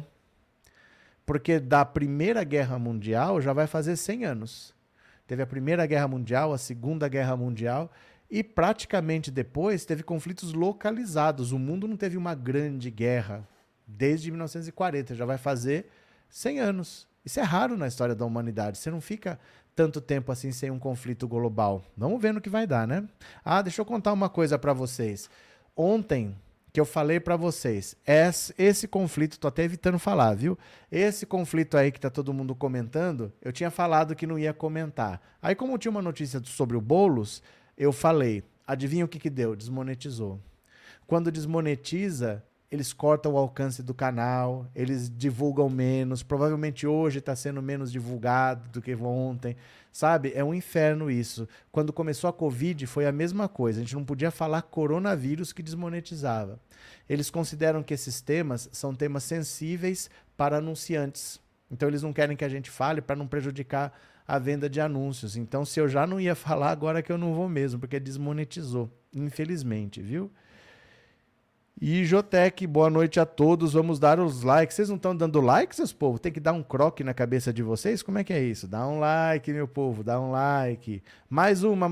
Porque da Primeira Guerra Mundial já vai fazer 100 anos. Teve a Primeira Guerra Mundial, a Segunda Guerra Mundial e praticamente depois teve conflitos localizados. O mundo não teve uma grande guerra desde 1940, já vai fazer 100 anos. Isso é raro na história da humanidade. Você não fica tanto tempo assim sem um conflito global. Vamos ver no que vai dar, né? Deixa eu contar uma coisa para vocês. Ontem que eu falei para vocês, esse conflito, tô até evitando falar, viu? Esse conflito aí que tá todo mundo comentando, eu tinha falado que não ia comentar. Aí como tinha uma notícia sobre o Boulos, eu falei, adivinha o que deu? Desmonetizou. Quando desmonetiza, eles cortam o alcance do canal, eles divulgam menos, provavelmente hoje está sendo menos divulgado do que ontem, sabe? É um inferno isso. Quando começou a Covid foi a mesma coisa, a gente não podia falar coronavírus que desmonetizava. Eles consideram que esses temas são temas sensíveis para anunciantes, então eles não querem que a gente fale para não prejudicar a venda de anúncios. Então se eu já não ia falar, agora que eu não vou mesmo, porque desmonetizou, infelizmente, viu? E Jotec, boa noite a todos, vamos dar os likes. Vocês não estão dando like, seus povos? Tem que dar um croque na cabeça de vocês? Como é que é isso? Dá um like, meu povo, dá um like. Mais uma.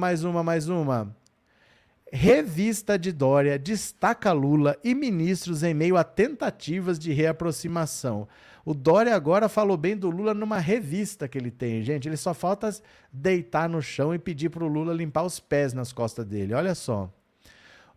Revista de Dória destaca Lula e ministros em meio a tentativas de reaproximação. O Dória agora falou bem do Lula numa revista que ele tem, gente. Ele só falta deitar no chão e pedir para o Lula limpar os pés nas costas dele. Olha só.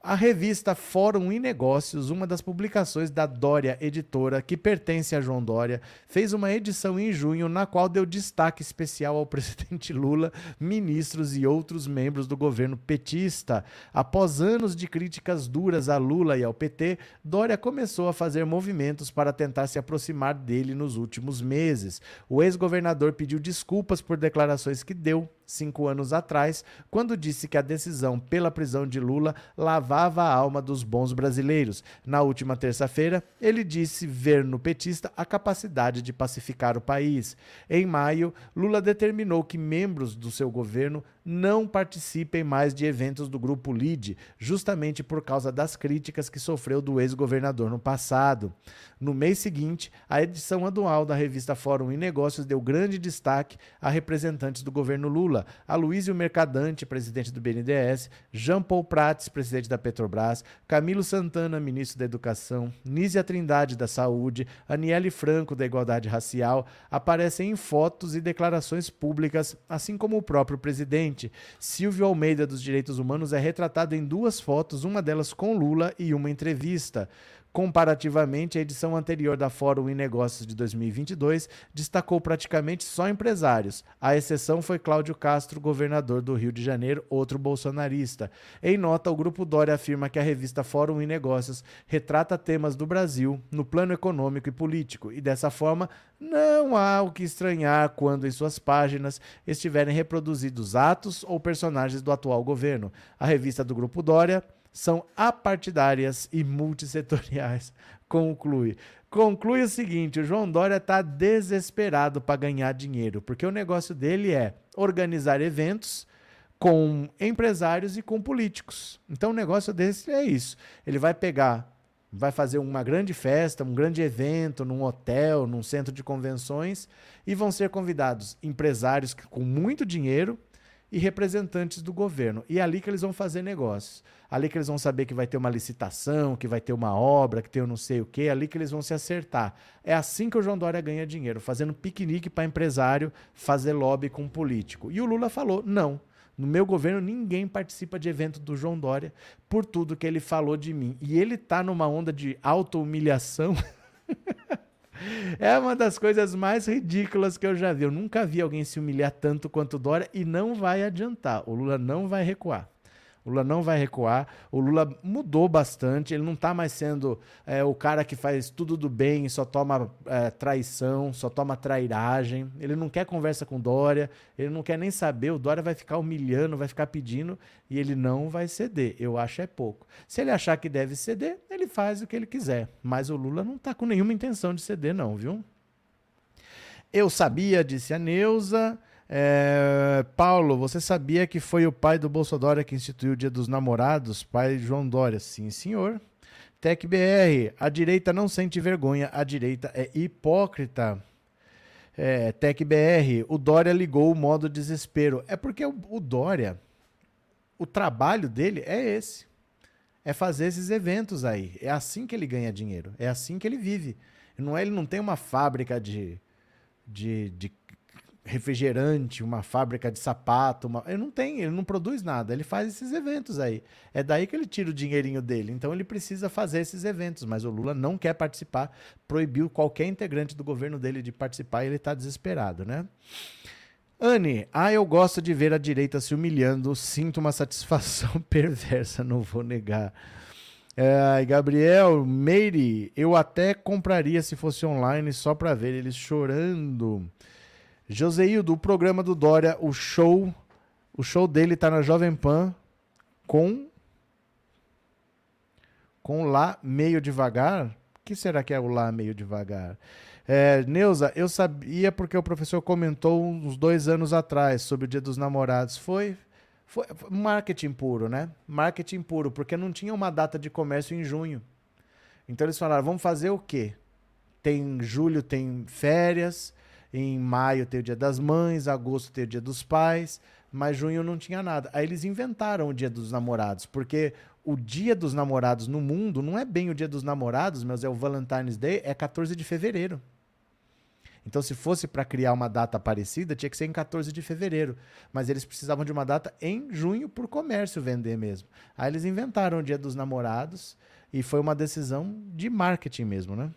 A revista Fórum e Negócios, uma das publicações da Dória Editora, que pertence a João Dória, fez uma edição em junho na qual deu destaque especial ao presidente Lula, ministros e outros membros do governo petista. Após anos de críticas duras a Lula e ao PT, Dória começou a fazer movimentos para tentar se aproximar dele nos últimos meses. O ex-governador pediu desculpas por declarações que deu 5 anos atrás, quando disse que a decisão pela prisão de Lula lavava a alma dos bons brasileiros. Na última terça-feira, ele disse ver no petista a capacidade de pacificar o país. Em maio, Lula determinou que membros do seu governo não participem mais de eventos do Grupo LIDE, justamente por causa das críticas que sofreu do ex-governador no passado. No mês seguinte, a edição anual da revista Fórum e Negócios deu grande destaque a representantes do governo Lula: Aloysio Mercadante, presidente do BNDES, Jean Paul Prats, presidente da Petrobras, Camilo Santana, ministro da Educação, Nízia Trindade, da Saúde, Aniele Franco, da Igualdade Racial, aparecem em fotos e declarações públicas, assim como o próprio presidente. Silvio Almeida, dos Direitos Humanos, é retratado em 2 fotos, uma delas com Lula e uma entrevista. Comparativamente, a edição anterior da Fórum e Negócios de 2022 destacou praticamente só empresários. A exceção foi Cláudio Castro, governador do Rio de Janeiro, outro bolsonarista. Em nota, o Grupo Dória afirma que a revista Fórum e Negócios retrata temas do Brasil no plano econômico e político, e dessa forma não há o que estranhar quando em suas páginas estiverem reproduzidos atos ou personagens do atual governo. A revista do Grupo Dória são apartidárias e multissetoriais. Conclui o seguinte: o João Dória está desesperado para ganhar dinheiro, porque o negócio dele é organizar eventos com empresários e com políticos. Então o negócio desse é isso. Ele vai fazer uma grande festa, um grande evento num hotel, num centro de convenções, e vão ser convidados empresários com muito dinheiro e representantes do governo. E é ali que eles vão fazer negócios. Ali que eles vão saber que vai ter uma licitação, que vai ter uma obra, que tem eu não sei o quê, é ali que eles vão se acertar. É assim que o João Dória ganha dinheiro, fazendo piquenique para empresário, fazer lobby com político. E o Lula falou: não, no meu governo ninguém participa de evento do João Dória por tudo que ele falou de mim. E ele tá numa onda de auto-humilhação. É uma das coisas mais ridículas que eu já vi. Eu nunca vi alguém se humilhar tanto quanto o Dória, e não vai adiantar. O Lula não vai recuar. O Lula não vai recuar. O Lula mudou bastante. Ele não está mais sendo o cara que faz tudo do bem e só toma traição, só toma trairagem. Ele não quer conversa com o Dória. Ele não quer nem saber. O Dória vai ficar humilhando, vai ficar pedindo, e ele não vai ceder. Eu acho é pouco. Se ele achar que deve ceder, ele faz o que ele quiser. Mas o Lula não está com nenhuma intenção de ceder não, viu? Eu sabia, disse a Neuza. Paulo, você sabia que foi o pai do Bolsonaro que instituiu o Dia dos Namorados? Pai João Dória. Sim, senhor. TecBR, a direita não sente vergonha, a direita é hipócrita. TecBR, o Dória ligou o modo desespero. É porque o Dória, o trabalho dele é esse. É fazer esses eventos aí. É assim que ele ganha dinheiro. É assim que ele vive. Ele não tem uma fábrica de refrigerante, uma fábrica de sapato, ele não produz nada, ele faz esses eventos aí. É daí que ele tira o dinheirinho dele. Então ele precisa fazer esses eventos, mas o Lula não quer participar, proibiu qualquer integrante do governo dele de participar, e ele está desesperado, né? Anne, eu gosto de ver a direita se humilhando, sinto uma satisfação perversa, não vou negar. Gabriel, Meire, eu até compraria se fosse online só para ver eles chorando. Joseildo, o programa do Dória, o show dele tá na Jovem Pan com Lá Meio Devagar. O que será que é o Lá Meio Devagar? Neuza, eu sabia porque o professor comentou uns 2 anos atrás sobre o Dia dos Namorados. Foi marketing puro, né? Marketing puro, porque não tinha uma data de comércio em junho. Então eles falaram, vamos fazer o quê? Julho tem férias, em maio tem o Dia das Mães, agosto tem o Dia dos Pais, mas junho não tinha nada. Aí eles inventaram o Dia dos Namorados, porque o Dia dos Namorados no mundo não é bem o Dia dos Namorados, mas é o Valentine's Day, é 14 de fevereiro. Então, se fosse para criar uma data parecida, tinha que ser em 14 de fevereiro. Mas eles precisavam de uma data em junho para o comércio vender mesmo. Aí eles inventaram o Dia dos Namorados e foi uma decisão de marketing mesmo, né?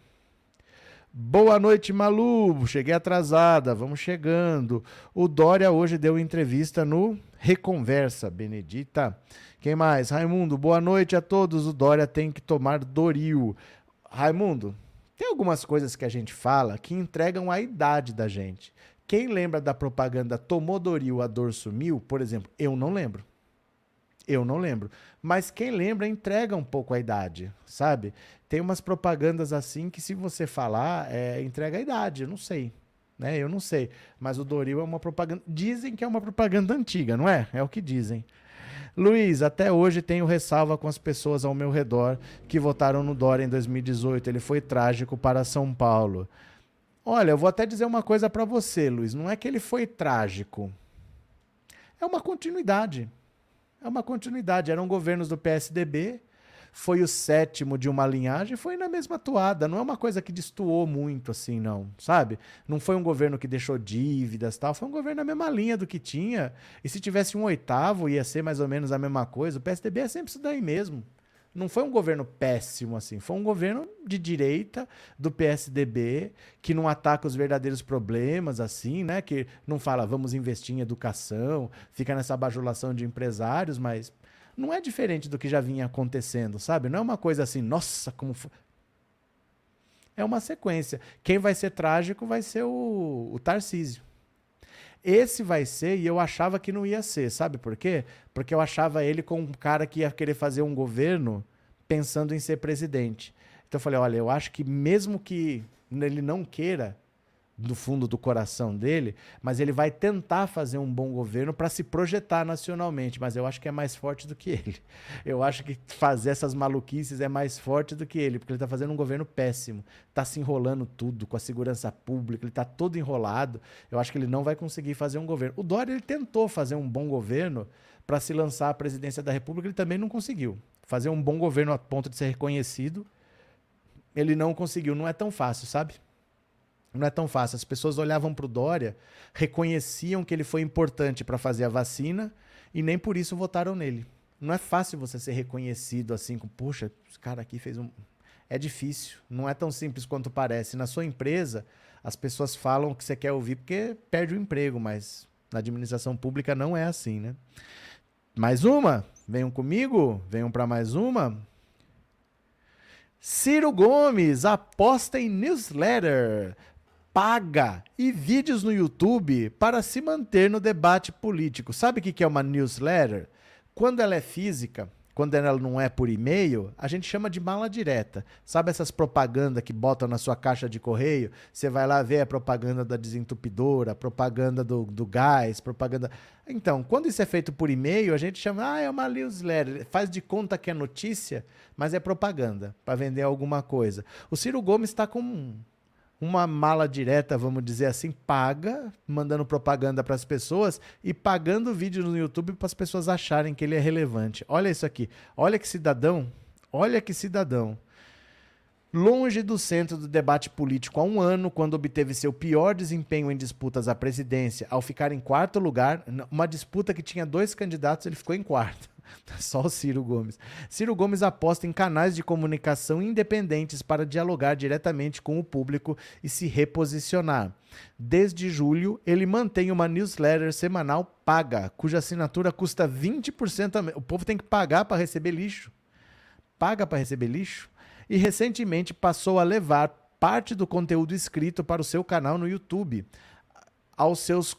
Boa noite, Malu. Cheguei atrasada, vamos chegando. O Dória hoje deu entrevista no Reconversa, Benedita. Quem mais? Raimundo, boa noite a todos. O Dória tem que tomar Doril. Raimundo, tem algumas coisas que a gente fala que entregam a idade da gente. Quem lembra da propaganda tomou Doril, a dor sumiu? Por exemplo, eu não lembro. Eu não lembro. Mas quem lembra entrega um pouco a idade, sabe? Tem umas propagandas assim que se você falar, entrega a idade, eu não sei. Né? Eu não sei. Mas o Doril é uma propaganda... Dizem que é uma propaganda antiga, não é? É o que dizem. Luiz, até hoje tenho ressalva com as pessoas ao meu redor que votaram no Dória em 2018. Ele foi trágico para São Paulo. Olha, eu vou até dizer uma coisa para você, Luiz. Não é que ele foi trágico. É uma continuidade. É uma continuidade. Eram governos do PSDB, foi o 7º de uma linhagem, foi na mesma toada. Não é uma coisa que destoou muito assim, não, sabe? Não foi um governo que deixou dívidas e tal, foi um governo na mesma linha do que tinha. E se tivesse um 8º, ia ser mais ou menos a mesma coisa. O PSDB é sempre isso daí mesmo. Não foi um governo péssimo assim, foi um governo de direita do PSDB que não ataca os verdadeiros problemas assim, né? Que não fala vamos investir em educação, fica nessa bajulação de empresários, mas não é diferente do que já vinha acontecendo, sabe? Não é uma coisa assim, nossa, como foi. É uma sequência. Quem vai ser trágico vai ser o Tarcísio. Esse vai ser, e eu achava que não ia ser, sabe por quê? Porque eu achava ele como um cara que ia querer fazer um governo pensando em ser presidente. Então eu falei, olha, eu acho que mesmo que ele não queira, do fundo do coração dele, mas ele vai tentar fazer um bom governo para se projetar nacionalmente, mas eu acho que é mais forte do que ele. Eu acho que fazer essas maluquices é mais forte do que ele, porque ele está fazendo um governo péssimo, está se enrolando tudo com a segurança pública, ele está todo enrolado, eu acho que ele não vai conseguir fazer um governo. O Dória, ele tentou fazer um bom governo para se lançar à presidência da República, ele também não conseguiu. Fazer um bom governo a ponto de ser reconhecido, ele não conseguiu, não é tão fácil, sabe? Não é tão fácil. As pessoas olhavam para o Dória, reconheciam que ele foi importante para fazer a vacina e nem por isso votaram nele. Não é fácil você ser reconhecido assim, com, puxa, esse cara aqui fez um... É difícil, não é tão simples quanto parece. Na sua empresa, as pessoas falam o que você quer ouvir porque perde o emprego, mas na administração pública não é assim, né? Mais uma? Venham comigo? Venham para mais uma? Ciro Gomes aposta em newsletter, paga e vídeos no YouTube para se manter no debate político. Sabe o que é uma newsletter? Quando ela é física, quando ela não é por e-mail, a gente chama de mala direta. Sabe essas propagandas que botam na sua caixa de correio? Você vai lá ver a propaganda da desentupidora, a propaganda do gás, propaganda... Então, quando isso é feito por e-mail, a gente chama, é uma newsletter. Faz de conta que é notícia, mas é propaganda, para vender alguma coisa. O Ciro Gomes está com uma mala direta, vamos dizer assim, paga, mandando propaganda para as pessoas e pagando vídeo no YouTube para as pessoas acharem que ele é relevante. Olha isso aqui. Olha que cidadão. Olha que cidadão. Longe do centro do debate político há um ano, quando obteve seu pior desempenho em disputas à presidência, ao ficar em quarto lugar, uma disputa que tinha 2 candidatos, ele ficou em quarto. Só o Ciro Gomes. Ciro Gomes aposta em canais de comunicação independentes para dialogar diretamente com o público e se reposicionar. Desde julho, ele mantém uma newsletter semanal paga, cuja assinatura custa 20%. O povo tem que pagar para receber lixo. Paga para receber lixo. E recentemente passou a levar parte do conteúdo escrito para o seu canal no YouTube. Aos seus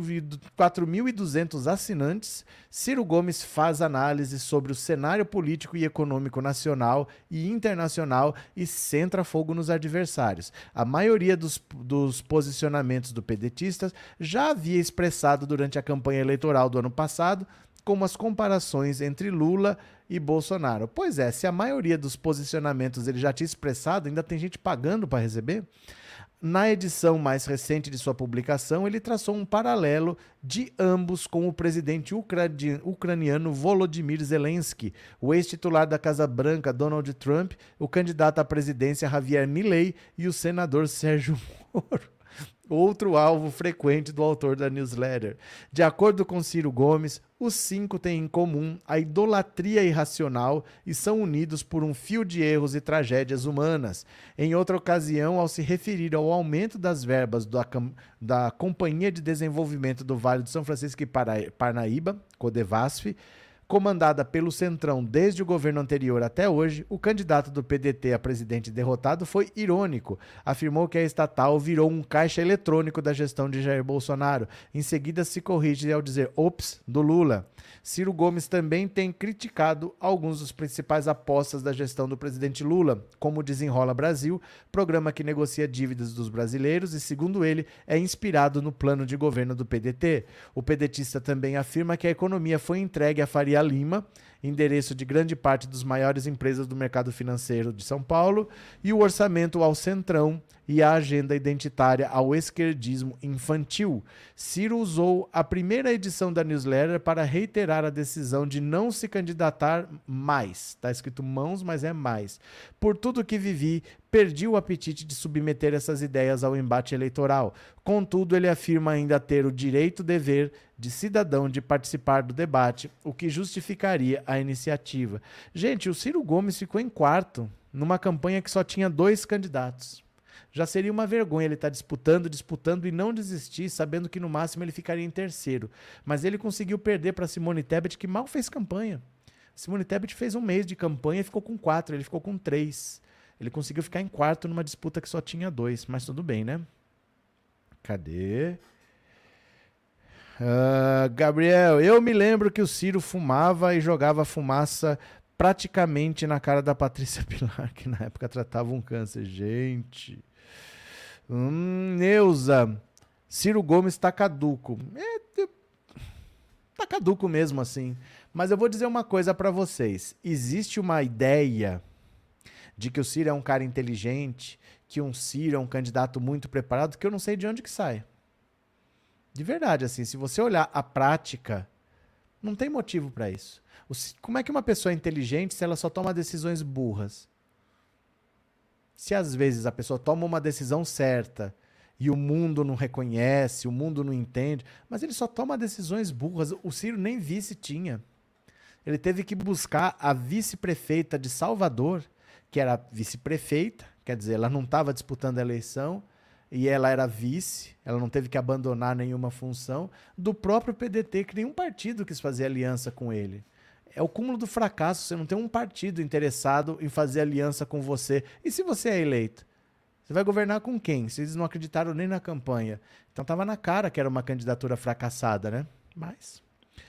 4.200 assinantes, Ciro Gomes faz análise sobre o cenário político e econômico nacional e internacional e centra fogo nos adversários. A maioria dos posicionamentos do pedetista já havia expressado durante a campanha eleitoral do ano passado, como as comparações entre Lula e Bolsonaro. Pois é, se a maioria dos posicionamentos ele já tinha expressado, ainda tem gente pagando para receber? Na edição mais recente de sua publicação, ele traçou um paralelo de ambos com o presidente ucraniano Volodymyr Zelensky, o ex-titular da Casa Branca Donald Trump, o candidato à presidência Javier Milei e o senador Sérgio Moro. outro alvo frequente do autor da newsletter. De acordo com Ciro Gomes, os 5 têm em comum a idolatria irracional e são unidos por um fio de erros e tragédias humanas. Em outra ocasião, ao se referir ao aumento das verbas da Companhia de Desenvolvimento do Vale do São Francisco e Parnaíba, Codevasf, comandada pelo Centrão desde o governo anterior até hoje, o candidato do PDT a presidente derrotado foi irônico. Afirmou que a estatal virou um caixa eletrônico da gestão de Jair Bolsonaro. Em seguida, se corrige ao dizer "ops" do Lula. Ciro Gomes também tem criticado alguns dos principais apostas da gestão do presidente Lula, como o Desenrola Brasil, programa que negocia dívidas dos brasileiros e, segundo ele, é inspirado no plano de governo do PDT. O pedetista também afirma que a economia foi entregue a Faria Lima, endereço de grande parte das maiores empresas do mercado financeiro de São Paulo, e o orçamento ao Centrão e a agenda identitária ao esquerdismo infantil. Ciro usou a primeira edição da newsletter para reiterar a decisão de não se candidatar mais. Está escrito mãos, mas é mais. Por tudo que vivi, perdi o apetite de submeter essas ideias ao embate eleitoral. Contudo, ele afirma ainda ter o direito-dever de cidadão de participar do debate, o que justificaria a iniciativa. Gente, o Ciro Gomes ficou em quarto numa campanha que só tinha 2 candidatos. Já seria uma vergonha ele estar disputando e não desistir, sabendo que no máximo ele ficaria em terceiro. Mas ele conseguiu perder para Simone Tebet, que mal fez campanha. Simone Tebet fez 1 mês de campanha e ficou com 4, ele ficou com 3. Ele conseguiu ficar em quarto numa disputa que só tinha 2, mas tudo bem, né? Cadê? Gabriel, eu me lembro que o Ciro fumava e jogava fumaça praticamente na cara da Patrícia Pilar, que na época tratava um câncer. Gente... Neuza, Ciro Gomes tá caduco. Tá caduco mesmo assim. Mas eu vou dizer uma coisa pra vocês. Existe uma ideia de que o Ciro é um cara inteligente, que um Ciro é um candidato muito preparado, que eu não sei de onde que sai. De verdade, assim, se você olhar a prática, não tem motivo pra isso. Como é que uma pessoa é inteligente se ela só toma decisões burras? Se às vezes a pessoa toma uma decisão certa e o mundo não reconhece, o mundo não entende, mas ele só toma decisões burras. O Ciro nem vice tinha. Ele teve que buscar a vice-prefeita de Salvador, que era vice-prefeita, quer dizer, ela não estava disputando a eleição e ela era vice, ela não teve que abandonar nenhuma função, do próprio PDT, que nenhum partido quis fazer aliança com ele. É o cúmulo do fracasso, você não tem um partido interessado em fazer aliança com você. E se você é eleito? Você vai governar com quem? Vocês não acreditaram nem na campanha. Então estava na cara que era uma candidatura fracassada, né? Mas...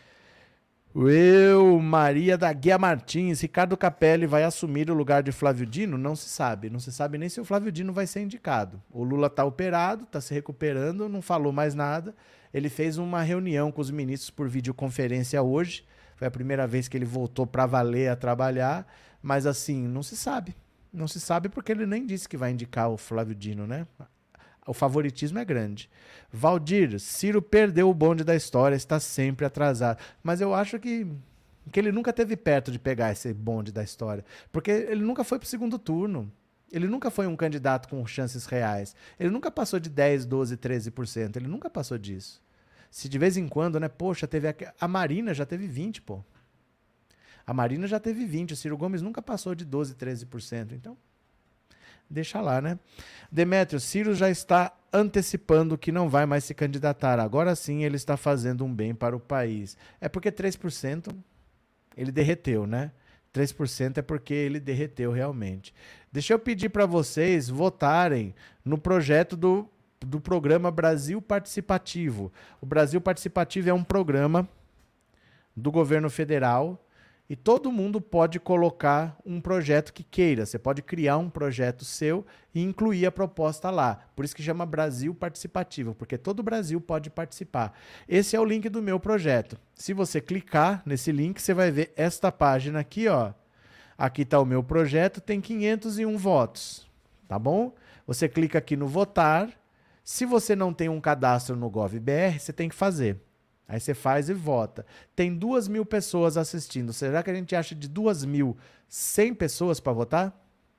Maria da Guia Martins, Ricardo Capelli vai assumir o lugar de Flávio Dino? Não se sabe. Não se sabe nem se o Flávio Dino vai ser indicado. O Lula está operado, está se recuperando, não falou mais nada. Ele fez uma reunião com os ministros por videoconferência hoje. Foi a primeira vez que ele voltou para valer a trabalhar, mas assim, não se sabe. Não se sabe porque ele nem disse que vai indicar o Flávio Dino, né? O favoritismo é grande. Valdir, Ciro perdeu o bonde da história, está sempre atrasado. Mas eu acho que ele nunca esteve perto de pegar esse bonde da história, porque ele nunca foi para o segundo turno. Ele nunca foi um candidato com chances reais. Ele nunca passou de 10, 12, 13%. Ele nunca passou disso. Se de vez em quando, né? Poxa, a Marina já teve 20%, pô. A Marina já teve 20%. O Ciro Gomes nunca passou de 12, 13%. Então, deixa lá, né? Demétrio, Ciro já está antecipando que não vai mais se candidatar. Agora sim ele está fazendo um bem para o país. É porque 3% ele derreteu, né? 3% é porque ele derreteu realmente. Deixa eu pedir para vocês votarem no projeto do programa Brasil Participativo. O Brasil Participativo é um programa do governo federal e todo mundo pode colocar um projeto que queira. Você pode criar um projeto seu e incluir a proposta lá. Por isso que chama Brasil Participativo, porque todo o Brasil pode participar. Esse é o link do meu projeto. Se você clicar nesse link, você vai ver esta página aqui, ó. Aqui está o meu projeto, tem 501 votos, tá bom? Você clica aqui no votar. Se você não tem um cadastro no GovBR, você tem que fazer. Aí você faz e vota. Tem 2.000 pessoas assistindo. Será que a gente acha de 2.100 pessoas para votar?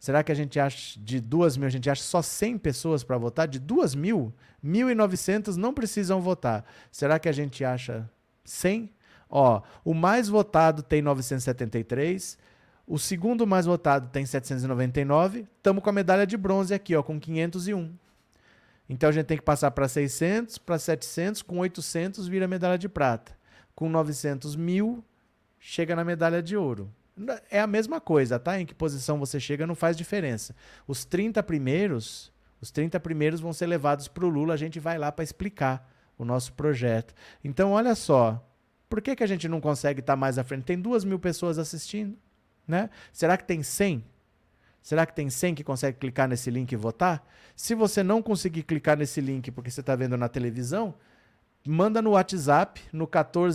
Será que a gente acha de 2 mil, a gente acha só 100 pessoas para votar? De 2 mil, 1.900 não precisam votar. Será que a gente acha 100? Ó, o mais votado tem 973, o segundo mais votado tem 799, estamos com a medalha de bronze aqui, ó, com 501. Então a gente tem que passar para 600, para 700, com 800 vira medalha de prata. Com 900 mil, chega na medalha de ouro. É a mesma coisa, tá? Em que posição você chega não faz diferença. Os 30 primeiros vão ser levados para o Lula, a gente vai lá para explicar o nosso projeto. Então, olha só, por que a gente não consegue estar mais à frente? Tem 2 mil pessoas assistindo, né? Será que tem 100? Será que tem 100 que consegue clicar nesse link e votar? Se você não conseguir clicar nesse link porque você está vendo na televisão, manda no WhatsApp, no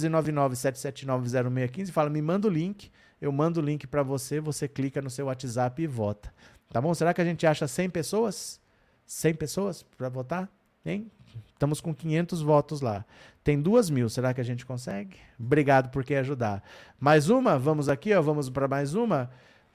14997790615, fala, me manda o link, eu mando o link para você, você clica no seu WhatsApp e vota. Tá bom? Será que a gente acha 100 pessoas? 100 pessoas para votar? Hein? Estamos com 500 votos lá. Tem 2 mil, será que a gente consegue? Obrigado por querer ajudar. Mais uma? Vamos aqui, ó, vamos para mais uma.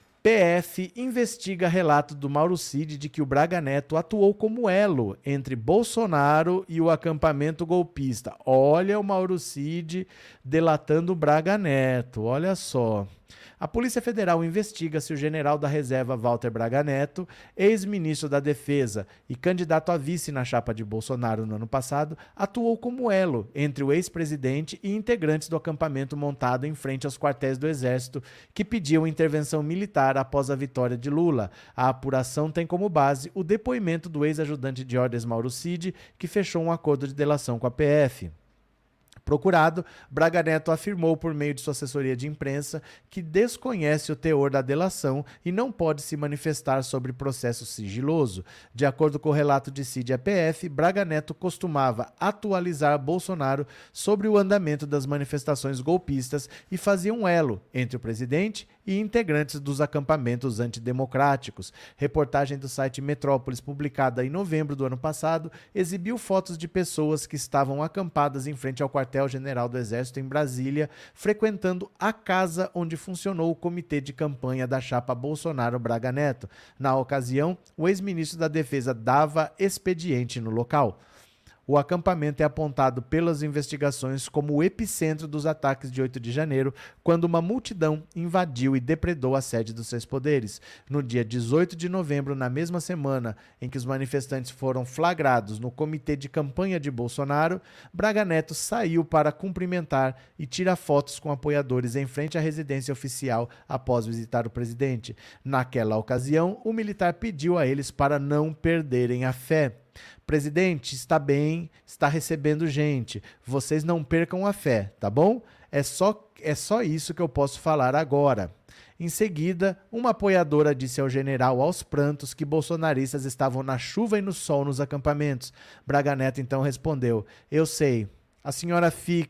PF investiga relato do Mauro Cid de que o Braga Neto atuou como elo entre Bolsonaro e o acampamento golpista. Olha o Mauro Cid delatando o Braga Neto, olha só. A Polícia Federal investiga se o general da reserva Walter Braga Neto, ex-ministro da Defesa e candidato a vice na chapa de Bolsonaro no ano passado, atuou como elo entre o ex-presidente e integrantes do acampamento montado em frente aos quartéis do Exército que pediam intervenção militar após a vitória de Lula. A apuração tem como base o depoimento do ex-ajudante de ordens Mauro Cid, que fechou um acordo de delação com a PF. Procurado, Braga Neto afirmou por meio de sua assessoria de imprensa que desconhece o teor da delação e não pode se manifestar sobre processo sigiloso. De acordo com o relato de Cid à PF, Braga Neto costumava atualizar Bolsonaro sobre o andamento das manifestações golpistas e fazia um elo entre o presidente e integrantes dos acampamentos antidemocráticos. Reportagem do site Metrópolis, publicada em novembro do ano passado, exibiu fotos de pessoas que estavam acampadas em frente ao quartel-general do Exército em Brasília, frequentando a casa onde funcionou o comitê de campanha da chapa Bolsonaro-Braga Neto. Na ocasião, o ex-ministro da Defesa dava expediente no local. O acampamento é apontado pelas investigações como o epicentro dos ataques de 8 de janeiro, quando uma multidão invadiu e depredou a sede dos 6 poderes. No dia 18 de novembro, na mesma semana em que os manifestantes foram flagrados no comitê de campanha de Bolsonaro, Braga Neto saiu para cumprimentar e tirar fotos com apoiadores em frente à residência oficial após visitar o presidente. Naquela ocasião, o militar pediu a eles para não perderem a fé. Presidente, está bem, está recebendo gente. Vocês não percam a fé, tá bom? É só isso que eu posso falar agora. Em seguida, uma apoiadora disse ao general aos prantos que bolsonaristas estavam na chuva e no sol nos acampamentos. Braga Neto então respondeu: eu sei, a senhora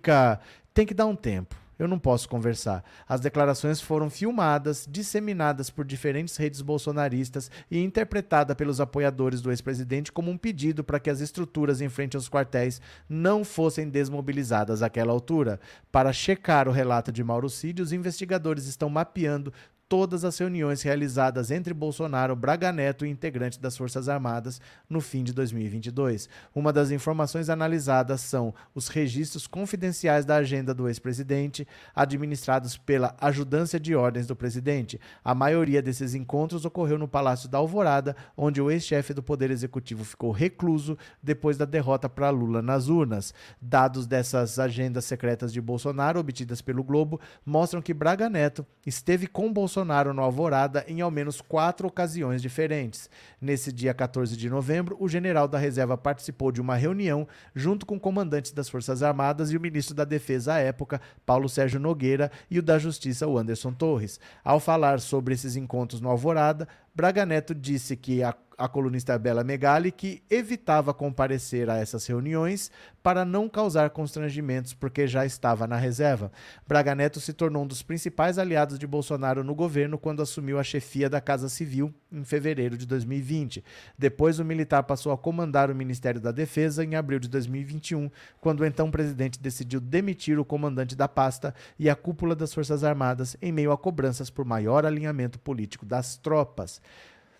tem que dar um tempo. Eu não posso conversar. As declarações foram filmadas, disseminadas por diferentes redes bolsonaristas e interpretada pelos apoiadores do ex-presidente como um pedido para que as estruturas em frente aos quartéis não fossem desmobilizadas àquela altura. Para checar o relato de Mauro Cid, os investigadores estão mapeando todas as reuniões realizadas entre Bolsonaro, Braga Neto e integrantes das Forças Armadas no fim de 2022. Uma das informações analisadas são os registros confidenciais da agenda do ex-presidente, administrados pela Ajudância de Ordens do presidente. A maioria desses encontros ocorreu no Palácio da Alvorada, onde o ex-chefe do Poder Executivo ficou recluso depois da derrota para Lula nas urnas. Dados dessas agendas secretas de Bolsonaro, obtidas pelo Globo, mostram que Braga Neto esteve com Bolsonaro no Alvorada em ao menos 4 ocasiões diferentes. Nesse dia 14 de novembro, o general da reserva participou de uma reunião junto com comandantes das Forças Armadas e o ministro da Defesa à época, Paulo Sérgio Nogueira, e o da Justiça, o Anderson Torres. Ao falar sobre esses encontros no Alvorada, Braga Neto disse que a colunista Bela Megali que evitava comparecer a essas reuniões para não causar constrangimentos porque já estava na reserva. Braga Neto se tornou um dos principais aliados de Bolsonaro no governo quando assumiu a chefia da Casa Civil em fevereiro de 2020. Depois, o militar passou a comandar o Ministério da Defesa em abril de 2021, quando o então presidente decidiu demitir o comandante da pasta e a cúpula das Forças Armadas em meio a cobranças por maior alinhamento político das tropas.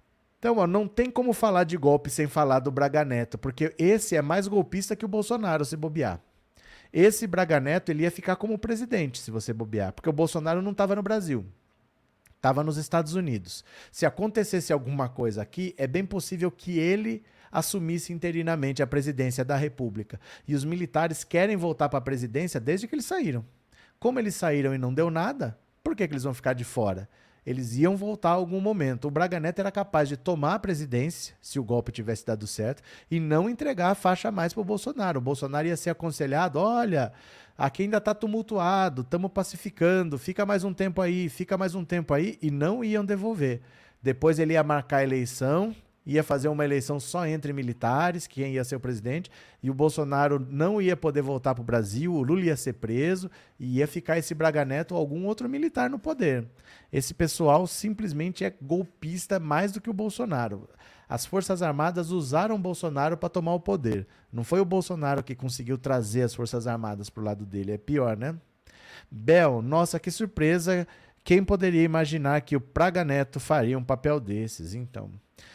Então, ó, não tem como falar de golpe sem falar do Braga Neto, porque esse é mais golpista que o Bolsonaro, se bobear. Esse Braga Neto, ele ia ficar como presidente, se você bobear, porque o Bolsonaro não estava no Brasil, estava nos Estados Unidos. Se acontecesse alguma coisa aqui, é bem possível que ele assumisse interinamente a presidência da República. E os militares querem voltar para a presidência desde que eles saíram. Como eles saíram e não deu nada, por que eles vão ficar de fora? Eles iam voltar a algum momento. O Braga Neto era capaz de tomar a presidência, se o golpe tivesse dado certo, e não entregar a faixa mais para o Bolsonaro. O Bolsonaro ia ser aconselhado, olha, aqui ainda está tumultuado, estamos pacificando, fica mais um tempo aí, e não iam devolver. Depois ele ia marcar a eleição, ia fazer uma eleição só entre militares, quem ia ser o presidente, e o Bolsonaro não ia poder voltar para o Brasil, o Lula ia ser preso, e ia ficar esse Braga Neto ou algum outro militar no poder. Esse pessoal simplesmente é golpista mais do que o Bolsonaro. As Forças Armadas usaram o Bolsonaro para tomar o poder. Não foi o Bolsonaro que conseguiu trazer as Forças Armadas para o lado dele, é pior, né? Bel, nossa, que surpresa, quem poderia imaginar que o Braga Neto faria um papel desses, então...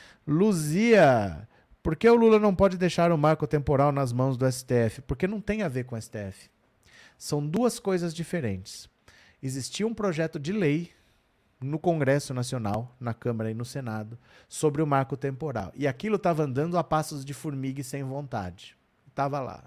Luzia, por que o Lula não pode deixar o marco temporal nas mãos do STF? Porque não tem a ver com o STF. São duas coisas diferentes. Existia um projeto de lei no Congresso Nacional, na Câmara e no Senado, sobre o marco temporal. E aquilo estava andando a passos de formiga e sem vontade. Estava lá.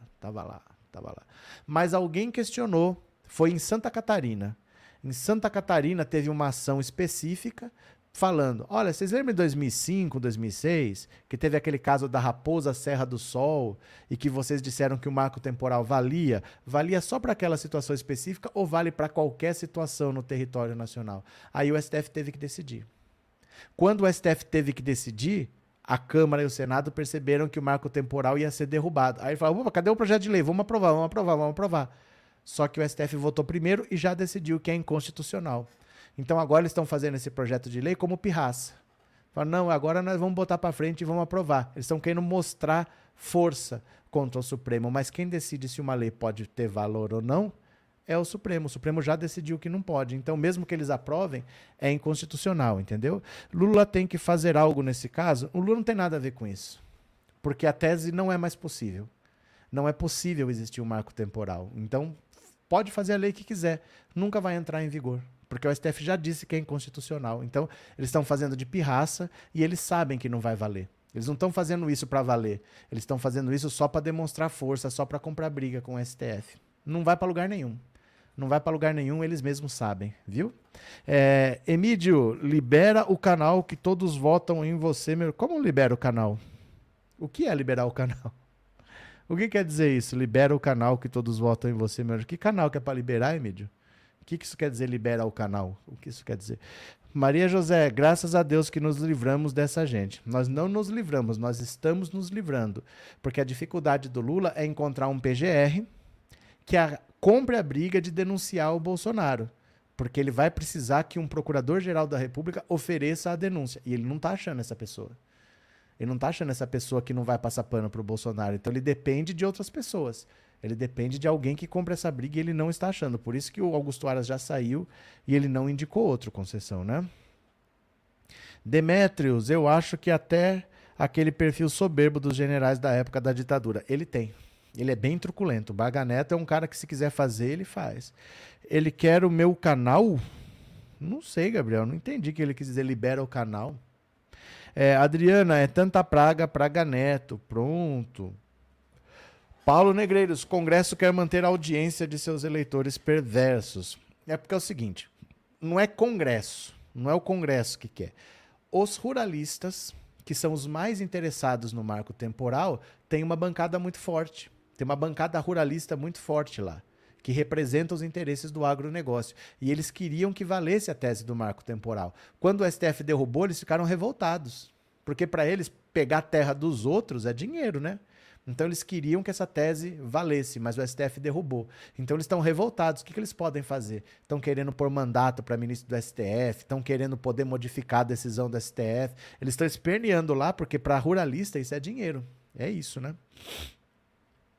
Mas alguém questionou, foi em Santa Catarina. Em Santa Catarina teve uma ação específica falando, olha, vocês lembram de 2005, 2006, que teve aquele caso da Raposa Serra do Sol e que vocês disseram que o marco temporal valia só para aquela situação específica ou vale para qualquer situação no território nacional? Aí o STF teve que decidir. Quando o STF teve que decidir, a Câmara e o Senado perceberam que o marco temporal ia ser derrubado. Aí falaram, cadê o projeto de lei? Vamos aprovar. Só que o STF votou primeiro e já decidiu que é inconstitucional. Então agora eles estão fazendo esse projeto de lei como pirraça. Falaram, não, agora nós vamos botar para frente e vamos aprovar. Eles estão querendo mostrar força contra o Supremo, mas quem decide se uma lei pode ter valor ou não é o Supremo. O Supremo já decidiu que não pode. Então, mesmo que eles aprovem, é inconstitucional, entendeu? Lula tem que fazer algo nesse caso. O Lula não tem nada a ver com isso, porque a tese não é mais possível. Não é possível existir um marco temporal. Então, pode fazer a lei que quiser, nunca vai entrar em vigor. Porque o STF já disse que é inconstitucional. Então, eles estão fazendo de pirraça e eles sabem que não vai valer. Eles não estão fazendo isso para valer. Eles estão fazendo isso só para demonstrar força, só para comprar briga com o STF. Não vai para lugar nenhum. Não vai para lugar nenhum, eles mesmos sabem, viu? Emídio, libera o canal que todos votam em você. Como libera o canal? O que é liberar o canal? O que quer dizer isso? Libera o canal que todos votam em você, meu. Que canal que é para liberar, Emídio? O que isso quer dizer, libera o canal? O que isso quer dizer? Maria José, graças a Deus que nos livramos dessa gente. Nós não nos livramos, nós estamos nos livrando. Porque a dificuldade do Lula é encontrar um PGR que compre a briga de denunciar o Bolsonaro. Porque ele vai precisar que um procurador-geral da República ofereça a denúncia. E ele não está achando essa pessoa. Ele não está achando essa pessoa que não vai passar pano para o Bolsonaro. Então ele depende de outras pessoas. Ele depende de alguém que compre essa briga e ele não está achando. Por isso que o Augusto Aras já saiu e ele não indicou outro, Conceição, né? Demétrios, eu acho que até aquele perfil soberbo dos generais da época da ditadura. Ele tem. Ele é bem truculento. O Braga Neto é um cara que se quiser fazer, ele faz. Ele quer o meu canal? Não sei, Gabriel. Não entendi que ele quis dizer libera o canal. Adriana, é tanta praga, Braga Neto. Pronto. Paulo Negreiros, Congresso quer manter a audiência de seus eleitores perversos. É porque é o seguinte, não é Congresso, não é o Congresso que quer. Os ruralistas, que são os mais interessados no marco temporal, têm uma bancada muito forte. Tem uma bancada ruralista muito forte lá, que representa os interesses do agronegócio. E eles queriam que valesse a tese do marco temporal. Quando o STF derrubou, eles ficaram revoltados. Porque para eles, pegar a terra dos outros é dinheiro, né? Então eles queriam que essa tese valesse, mas o STF derrubou. Então eles estão revoltados. O que eles podem fazer? Estão querendo pôr mandato para ministro do STF, estão querendo poder modificar a decisão do STF. Eles estão esperneando lá, porque para ruralista isso é dinheiro. É isso, né?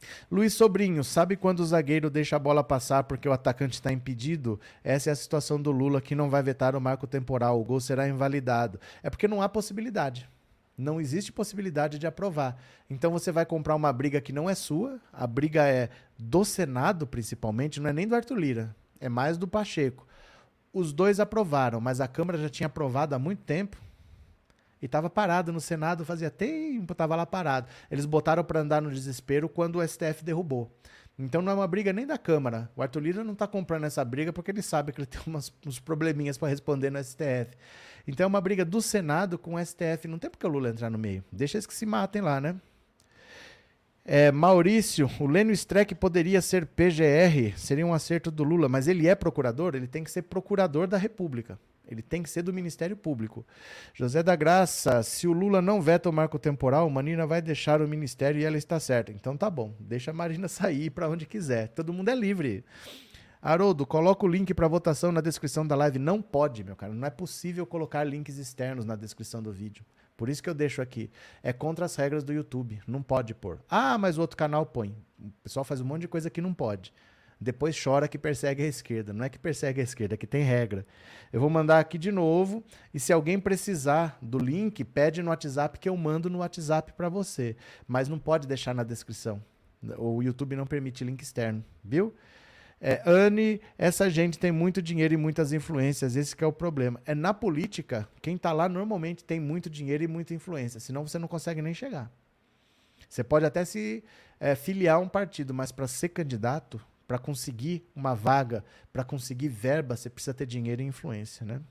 Luiz Sobrinho, sabe quando o zagueiro deixa a bola passar porque o atacante está impedido? Essa é a situação do Lula, que não vai vetar o marco temporal. O gol será invalidado. É porque não há possibilidade. Não existe possibilidade de aprovar. Então você vai comprar uma briga que não é sua. A briga é do Senado, principalmente. Não é nem do Arthur Lira. É mais do Pacheco. Os dois aprovaram, mas a Câmara já tinha aprovado há muito tempo. E estava parado no Senado, fazia tempo, estava lá parado. Eles botaram para andar no desespero quando o STF derrubou. Então não é uma briga nem da Câmara. O Arthur Lira não está comprando essa briga porque ele sabe que ele tem uns probleminhas para responder no STF. Então é uma briga do Senado com o STF. Não tem porque o Lula entrar no meio. Deixa eles que se matem lá, né? Maurício, o Lênio Streck poderia ser PGR, seria um acerto do Lula, mas ele é procurador, ele tem que ser procurador da República. Ele tem que ser do Ministério Público. José da Graça, se o Lula não veta o marco temporal, Marina vai deixar o ministério e ela está certa. Então tá bom, deixa a Marina sair para onde quiser. Todo mundo é livre. Haroldo, coloca o link para votação na descrição da live. Não pode, meu cara. Não é possível colocar links externos na descrição do vídeo. Por isso que eu deixo aqui. É contra as regras do YouTube. Não pode pôr. Ah, mas o outro canal põe. O pessoal faz um monte de coisa que não pode. Depois chora que persegue a esquerda. Não é que persegue a esquerda, é que tem regra. Eu vou mandar aqui de novo. E se alguém precisar do link, pede no WhatsApp que eu mando no WhatsApp para você. Mas não pode deixar na descrição. O YouTube não permite link externo. Viu? Anne, essa gente tem muito dinheiro e muitas influências. Esse que é o problema. Na política, quem está lá normalmente tem muito dinheiro e muita influência. Senão você não consegue nem chegar. Você pode até se filiar a um partido, mas para ser candidato... Para conseguir uma vaga, para conseguir verba, você precisa ter dinheiro e influência, né?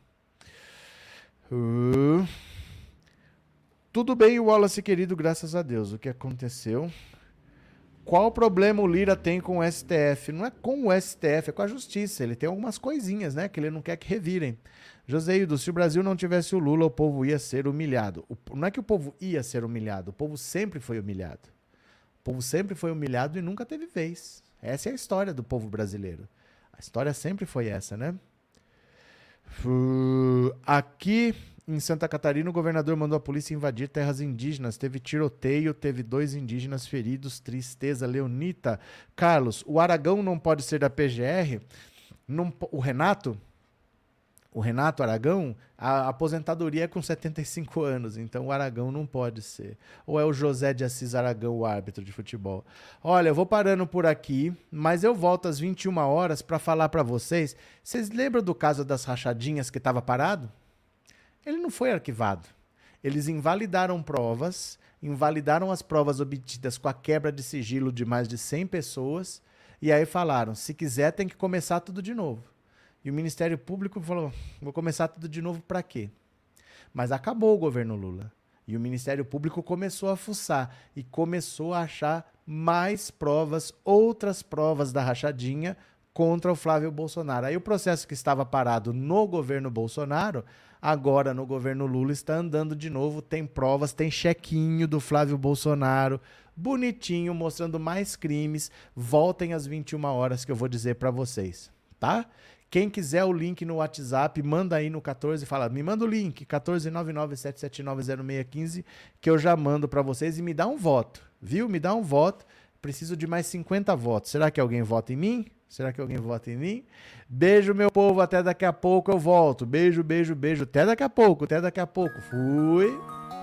Tudo bem, Wallace, querido, graças a Deus. O que aconteceu? Qual problema o Lira tem com o STF? Não é com o STF, é com a Justiça. Ele tem algumas coisinhas, né, que ele não quer que revirem. Joseildo, se o Brasil não tivesse o Lula, o povo ia ser humilhado. Não é que o povo ia ser humilhado, o povo sempre foi humilhado. O povo sempre foi humilhado e nunca teve vez. Essa é a história do povo brasileiro. A história sempre foi essa, né? Aqui em Santa Catarina, o governador mandou a polícia invadir terras indígenas. Teve tiroteio, teve 2 indígenas feridos. Tristeza, Leonita. Carlos, o Aragão não pode ser da PGR? Não, o Renato Aragão, a aposentadoria é com 75 anos, então o Aragão não pode ser. Ou é o José de Assis Aragão, o árbitro de futebol? Olha, eu vou parando por aqui, mas eu volto às 21 horas para falar para vocês. Vocês lembram do caso das rachadinhas que estava parado? Ele não foi arquivado. Eles invalidaram provas, invalidaram as provas obtidas com a quebra de sigilo de mais de 100 pessoas, e aí falaram, se quiser tem que começar tudo de novo. E o Ministério Público falou, vou começar tudo de novo para quê? Mas acabou o governo Lula. E o Ministério Público começou a fuçar e começou a achar mais provas, outras provas da rachadinha contra o Flávio Bolsonaro. Aí o processo que estava parado no governo Bolsonaro, agora no governo Lula está andando de novo, tem provas, tem chequinho do Flávio Bolsonaro, bonitinho, mostrando mais crimes. Voltem às 21 horas que eu vou dizer para vocês, tá? Quem quiser o link no WhatsApp, manda aí no 14 e fala, me manda o link, 14997790615, que eu já mando para vocês e me dá um voto, viu? Me dá um voto, preciso de mais 50 votos. Será que alguém vota em mim? Será que alguém vota em mim? Beijo, meu povo, até daqui a pouco eu volto. Beijo, beijo, beijo, até daqui a pouco, Fui!